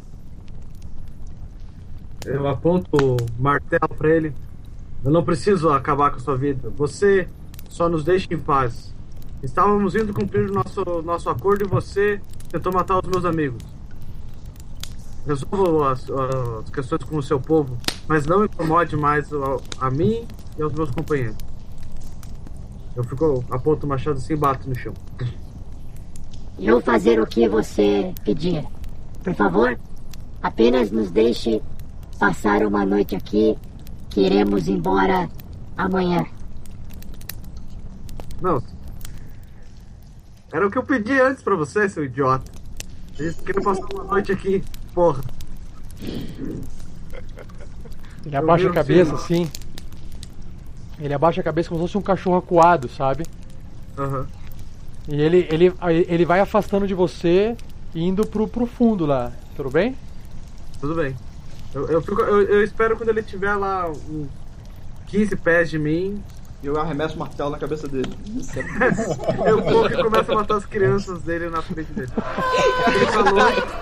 Eu aponto o martelo pra ele. Eu não preciso acabar com a sua vida. Você só nos deixa em paz. Estávamos indo cumprir o nosso, nosso acordo e você tentou matar os meus amigos. Resolva as, as questões com o seu povo, mas não incomode mais a, a mim e aos meus companheiros. Eu fico, aponto o machado assim e bato no chão. Eu fazer o que você pedir. Por favor, apenas nos deixe passar uma noite aqui, que iremos embora amanhã. Não. Era o que eu pedi antes pra você, seu idiota. Eles queriam passar uma noite aqui, porra. Ele abaixa vi a um cabeça filme. assim. Ele abaixa a cabeça como se fosse um cachorro acuado, sabe? Aham. E ele, ele, ele vai afastando de você e indo pro, pro fundo lá. Tudo bem? Tudo bem. Eu, eu, fico- eu- eu espero quando ele estiver lá uns quinze pés de mim. E eu arremesso o martelo na cabeça dele. Isso é... Eu corro e começo a matar as crianças dele na frente dele. Ele falou,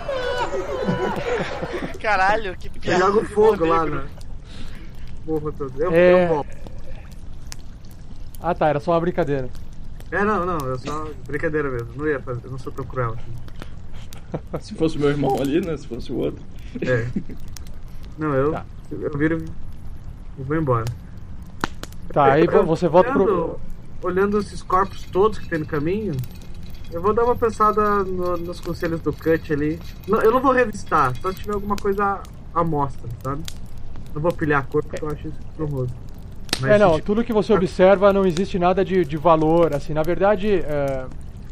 Caralho, que eu piada. jogo de fogo lá, negro. né? Morro todo. Eu, É. eu volto. Ah tá, era só uma brincadeira. É, não, não, eu só. Brincadeira mesmo. Não ia fazer, eu não sou tão cruel assim. Se fosse o meu irmão ali, né? Se fosse o outro. É. Não, eu. Tá. Eu viro e vou embora. Tá, aí Eu- você volta pro. olhando, olhando esses corpos todos que tem no caminho, eu vou dar uma pensada no- nos conselhos do Cut ali. Não, eu não vou revistar, só se tiver alguma coisa à mostra, sabe? Não vou pilhar corpo porque eu acho isso horroroso. Mas É, se não, tiver- tudo que você observa não existe nada de, de valor, assim, na verdade, é,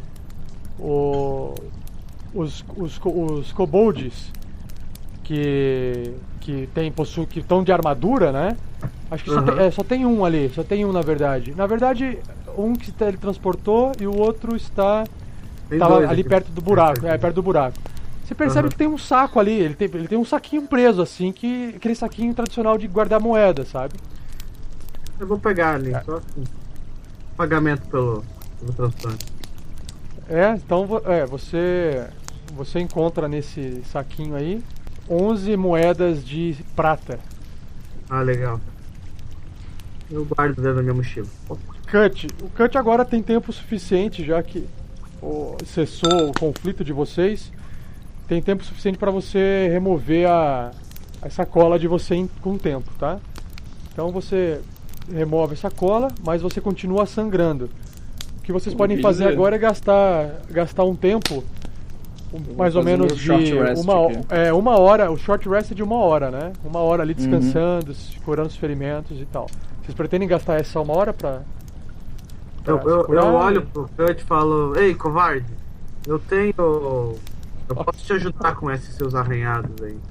o, os, os, co- os kobolds que, que tem, possu, que estão de armadura, né, acho que só, Uhum. tem, é, só tem um ali, só tem um na verdade. Na verdade, um que se teletransportou e o outro está tem tava dois ali aqui. perto do buraco, é, perto do buraco. Você percebe Uhum. que tem um saco ali, ele tem, ele tem um saquinho preso, assim, que aquele saquinho tradicional de guardar moeda, sabe? Eu vou pegar ali, É. só assim. Pagamento pelo, pelo transplante. É, então vo- é, você você encontra nesse saquinho aí onze moedas de prata. Ah, legal. Eu guardo dentro da minha mochila. Cut, o Cut agora tem tempo suficiente, já que o, cessou o conflito de vocês, tem tempo suficiente para você remover a, a sacola de você em- com o tempo, tá? Então você remove essa cola, mas você continua sangrando. O que que vocês Eu podem quis fazer dizer. agora é gastar, gastar um tempo, um- vou mais ou fazer menos meu de short rest uma, aqui. é, uma hora. O short rest é de uma hora, né? Uma hora ali Uhum. descansando, se curando os ferimentos e tal. Vocês pretendem gastar essa uma hora pra. pra Eu, se eu, curar? eu olho pro Cut e falo, ei, covarde, eu tenho. Eu posso te ajudar com esses seus arranhados aí.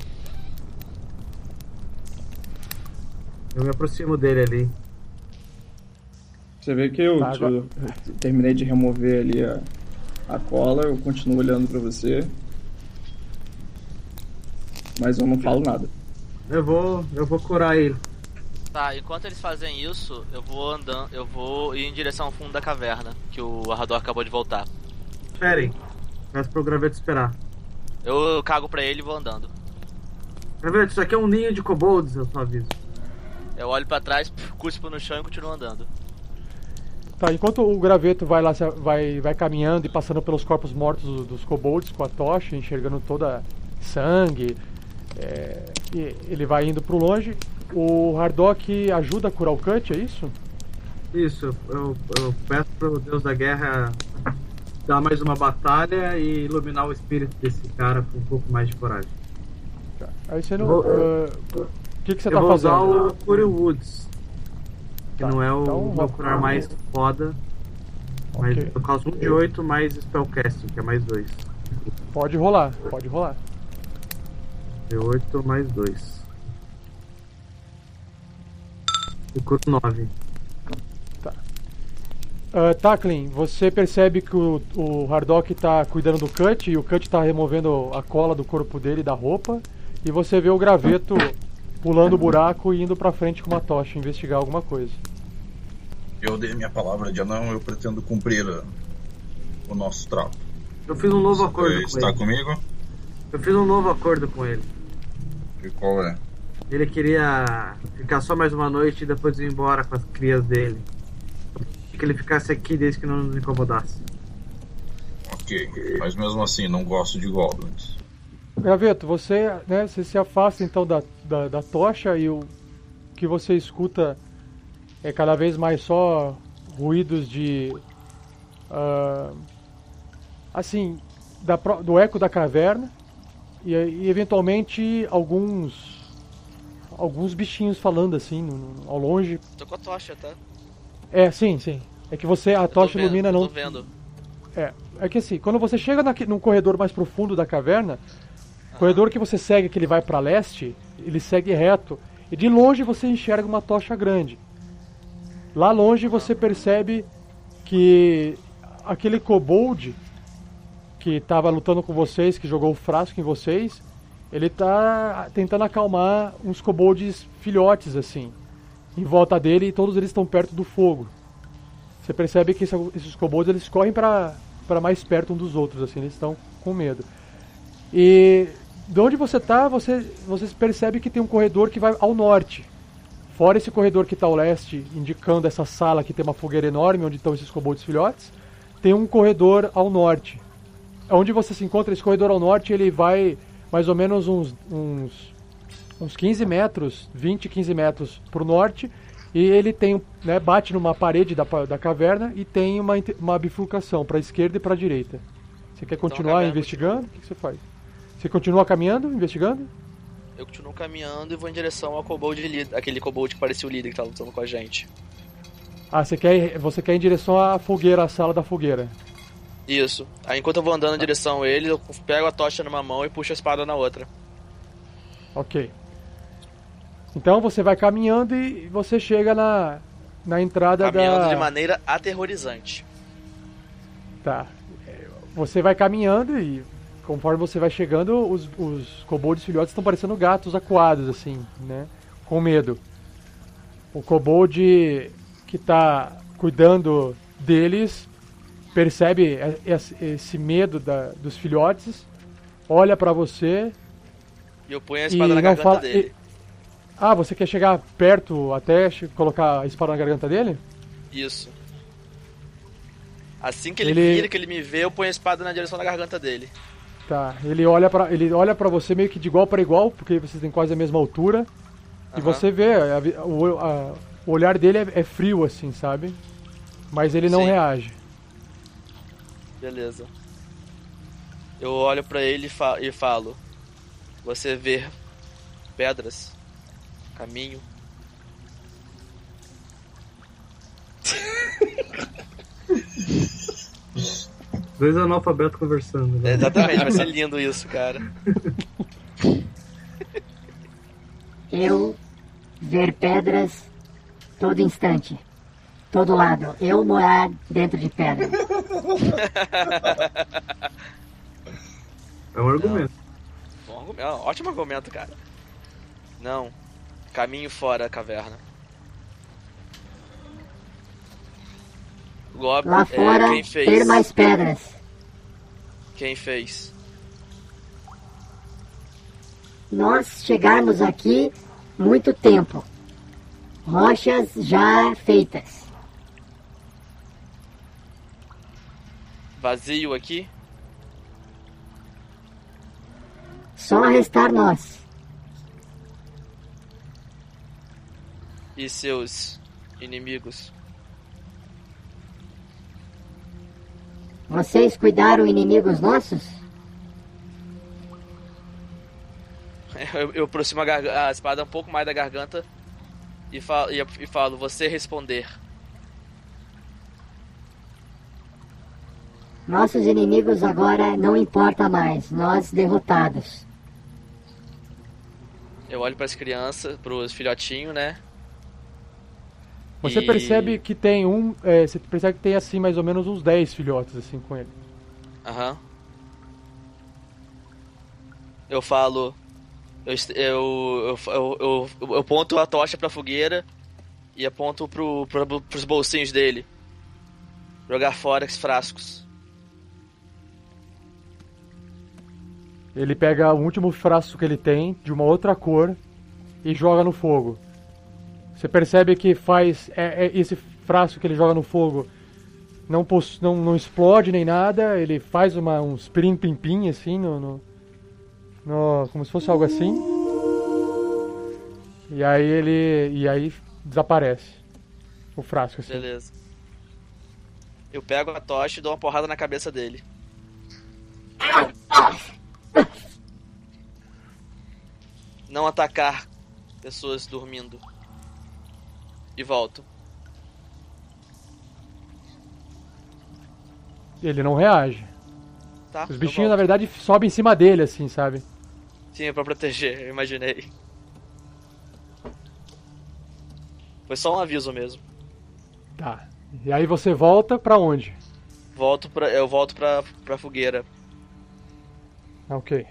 Eu me aproximo dele ali. Você vê que eu, Tá, eu- agora- eu terminei de remover ali a, a cola, eu continuo olhando pra você. Mas eu não falo nada. Eu vou. Eu vou curar ele. Tá, enquanto eles fazem isso, eu vou andando, eu vou ir em direção ao fundo da caverna, que o Arrador acabou de voltar. Esperem. Peço pro Graveto esperar. Eu cago pra ele e vou andando. Graveto, isso aqui é um ninho de kobolds, eu só aviso. Eu olho pra trás, cuspo no chão e continuo andando. Tá, enquanto o graveto vai lá, se- vai, vai caminhando e passando pelos corpos mortos dos, dos kobolds com a tocha, enxergando toda sangue, é, e ele vai indo pro longe. O Hardock ajuda a curar o Cut, é isso? Isso, eu, eu peço pro Deus da Guerra dar mais uma batalha e iluminar o espírito desse cara com um pouco mais de coragem. Tá. Aí você não. Vou- ah, O que, que você eu tá vou fazendo? usar o Cure Woods, que Tá, não é o então, meu vai- curar mais foda, mas Ok. eu causo um de oito mais Spellcasting, que é mais dois. Pode rolar, pode rolar. De oito mais dois. E curo nove. Uh, Tacklin, você percebe que o, o Hardock tá cuidando do Cut e o Cut tá removendo a cola do corpo dele e da roupa. E você vê o graveto pulando o buraco e indo pra frente com uma tocha investigar alguma coisa. Eu dei minha palavra de anão, eu pretendo cumprir uh, o nosso trato. Eu fiz um novo acordo Você com está ele. comigo? Eu fiz um novo acordo com ele. E qual é? Ele queria ficar só mais uma noite e depois ir embora com as crias dele. Que ele ficasse aqui desde que não nos incomodasse. Ok, mas mesmo assim não gosto de goblins. Graveto, você, né, você se afasta então da, da, da tocha e o que você escuta é cada vez mais só ruídos de. ah, assim, da, pro- do eco da caverna e, e eventualmente alguns. alguns bichinhos falando assim no- no- ao longe. Tô com a tocha, tá? É, sim, sim. É que você, a Eu tô tocha vendo, ilumina não. Tô vendo. É, é que assim, quando você chega naque, num corredor mais profundo da caverna, o corredor que você segue, que ele vai para leste, ele segue reto, e de longe você enxerga uma tocha grande. Lá longe você percebe que aquele kobold que estava lutando com vocês, que jogou o frasco em vocês, ele tá tentando acalmar uns kobolds filhotes assim, em volta dele, e todos eles estão perto do fogo. Você percebe que esse- esses kobolds eles correm para para mais perto um dos outros, assim, eles estão com medo. E de onde você está, você você percebe que tem um corredor que vai ao norte. Fora esse corredor que está ao leste, indicando essa sala que tem uma fogueira enorme onde estão esses kobolds filhotes, tem um corredor ao norte. Onde você se encontra, esse corredor ao norte, ele vai mais ou menos uns uns, uns quinze metros, vinte, quinze metros para o norte. E ele tem, né, bate numa parede da, pa- da caverna e tem uma, inte- uma bifurcação para a esquerda e para a direita. Você quer continuar caverna investigando? O que, que você faz? Você continua caminhando, investigando? Eu continuo caminhando e vou em direção ao kobold líder, aquele kobold que parecia o líder que tá lutando com a gente. Ah, você quer, ir- você quer ir em direção à fogueira, à sala da fogueira. Isso. Aí enquanto eu vou andando em direção a ele, eu pego a tocha numa mão e puxo a espada na outra. Ok. Então você vai caminhando e você chega na, na entrada Caminhando da... de maneira aterrorizante. Tá. É, Você vai caminhando e conforme você vai chegando, os, os kobolds filhotes estão parecendo gatos acuados, assim, né? Com medo. O kobold que tá cuidando deles percebe e- esse esse medo da, dos filhotes, olha pra você E eu ponho a e espada na não garganta fala... dele. e- Ah, você quer chegar perto até che- colocar a espada na garganta dele? Isso. Assim que ele, Ele- vira, que ele me vê, eu ponho a espada na direção da garganta dele. Tá, ele olha pra, ele olha pra você meio que de igual para igual, porque vocês têm quase a mesma altura. E Aham. você vê, a vi- o, a- o olhar dele é, é frio, assim, sabe? Mas ele não Sim. reage. Beleza. Eu olho pra ele e, fa- e falo: você vê pedras, caminho. Dois analfabetos conversando. É, Né? exatamente, vai ser lindo isso, cara. Eu ver pedras todo instante, todo lado. Eu morar dentro de pedra. É um argumento. Bom argumento, ó, ótimo argumento, cara. Não. Caminho fora da caverna. Gob, Lá fora, é, quem fez? ter mais pedras. Quem fez? Nós chegarmos aqui muito tempo. Rochas já feitas. Vazio aqui? Só restar nós. E seus inimigos? Vocês cuidaram inimigos nossos? Eu, eu aproximo a, garga- a espada um pouco mais da garganta e falo, e, e falo, você responder. Nossos inimigos agora não importa mais. Nós derrotados. Eu olho pras crianças, pros filhotinhos, né? Você E- percebe que tem um. É, você percebe que tem assim mais ou menos uns dez filhotes assim com ele. Aham. Eu falo. Eu, est- eu, eu, eu, eu, eu aponto a tocha pra fogueira e aponto pro, pro, pros bolsinhos dele. Jogar fora os frascos. Ele pega o último frasco que ele tem, de uma outra cor, e joga no fogo. Você percebe que faz. É, é, esse frasco que ele joga no fogo não, poss- não, não explode nem nada, ele faz uma, uns pim-pim-pim assim, no, no, no- como se fosse algo assim. E aí ele. E aí desaparece o frasco assim. Beleza. Eu pego a tocha e dou uma porrada na cabeça dele. Não atacar pessoas dormindo. E volto. Ele não reage. Tá? Os eu bichinhos, na volto. verdade, sobem em cima dele, assim, sabe? Sim, é pra proteger, eu imaginei. Foi só um aviso mesmo. Tá. E aí você volta pra onde? Volto pra, eu volto pra, pra fogueira. Ok.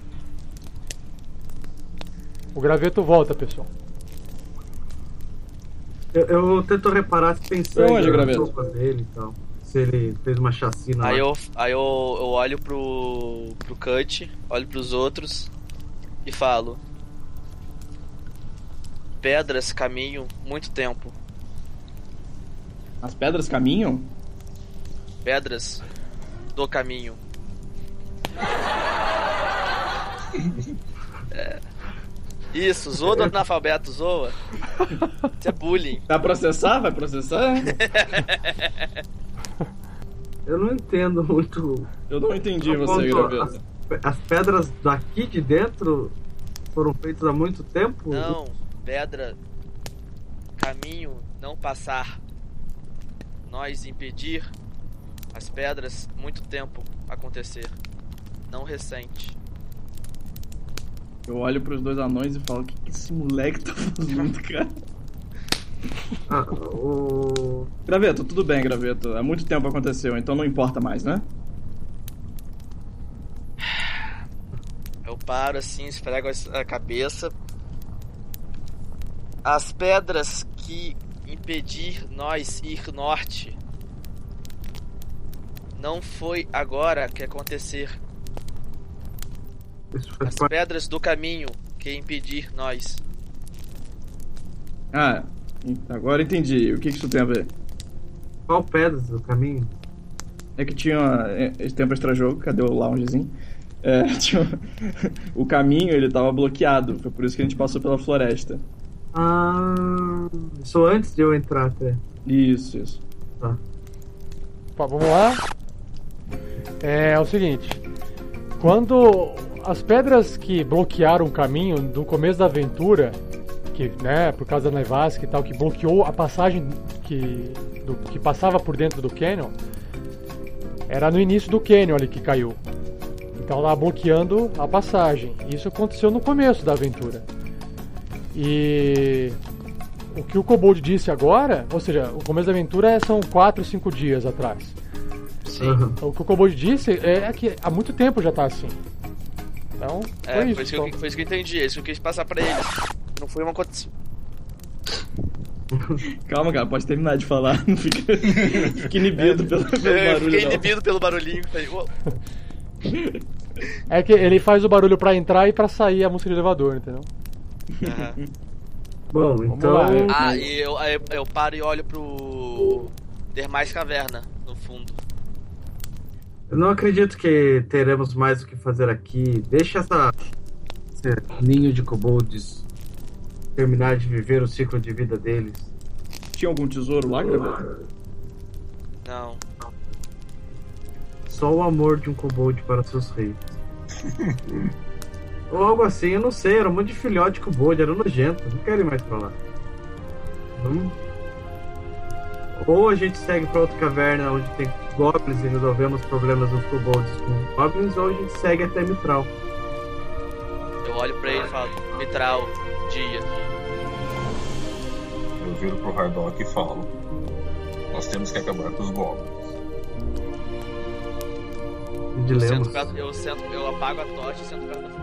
O graveto volta, pessoal. Eu, eu tento reparar se tem Pra onde, sangue na Graveto? roupa dele e tal. Se ele fez uma chacina Aí lá. eu, aí eu, eu olho pro, pro Cut, olho pros outros e falo: pedras caminham muito tempo. As pedras caminham? Pedras do caminho. É. Isso, zoa do analfabeto, zoa. Isso é bullying. Vai processar? Vai processar? Eu não entendo muito. Eu não entendi Eu você, conto, Graveto. as, as pedras daqui de dentro foram feitas há muito tempo? Não, pedra, caminho, não passar. Nós impedir as pedras muito tempo acontecer. Não recente. Eu olho pros dois anões e falo: o que, que esse moleque tá fazendo, cara? Ah, o... Graveto, tudo bem, Graveto. Há muito tempo aconteceu, então não importa mais, né? Eu paro assim, esfrego a cabeça. As pedras que impedir nós ir norte não foi agora que acontecer. Isso faz As parte. pedras do caminho que impedir nós. Ah, agora entendi. O que, que isso tem a ver? Qual pedras do caminho? É que tinha é, esse tempo extra jogo, cadê o loungezinho? É, tinha, o caminho ele tava bloqueado, foi por isso que a gente passou pela floresta. Ah, isso antes de eu entrar até. Isso, isso. Tá. Opa, vamos lá. É, é o seguinte. Quando as pedras que bloquearam o caminho do começo da aventura, que, né, por causa da nevasca e tal, que bloqueou a passagem que, do, que passava por dentro do canyon, era no início do canyon ali que caiu. Então lá bloqueando a passagem. Isso aconteceu no começo da aventura. E o que o Kobold disse agora, ou seja, o começo da aventura são quatro, cinco dias atrás. Sim. O que o Kobold disse é que há muito tempo já tá assim. Então, É, foi isso. foi isso, então. que eu, foi isso que eu entendi. Isso que eu quis passar pra eles. Não foi uma coisa. Calma, cara, pode terminar de falar. Não fica, fica inibido pelo, pelo Eu barulho. fiquei não. inibido pelo barulhinho. Falei, "Uou." É que ele faz o barulho pra entrar e pra sair a música de elevador, entendeu? Aham. Bom, Vamos então. lá, é. Ah, e eu, aí eu paro e olho pro. Ter mais caverna no fundo. Eu não acredito que teremos mais o que fazer aqui. Deixa essa, esse ninho de kobolds terminar de viver o ciclo de vida deles. Tinha algum tesouro lá, Graveto? Não. Só o amor de um kobold para seus reis. Ou algo assim, eu não sei. Era um monte de filhote de kobold, era nojento. Não quero ir mais pra lá. Vamos. Ou a gente segue pra outra caverna onde tem goblins e resolvemos problemas dos kobolds com goblins, ou a gente segue até Mitral. Eu olho pra ele e falo, Mitral, dia. Eu viro pro Hardock e falo: nós temos que acabar com os goblins. Que Eu dilema. sento, perto- eu, sento, eu apago a tocha e sento perto da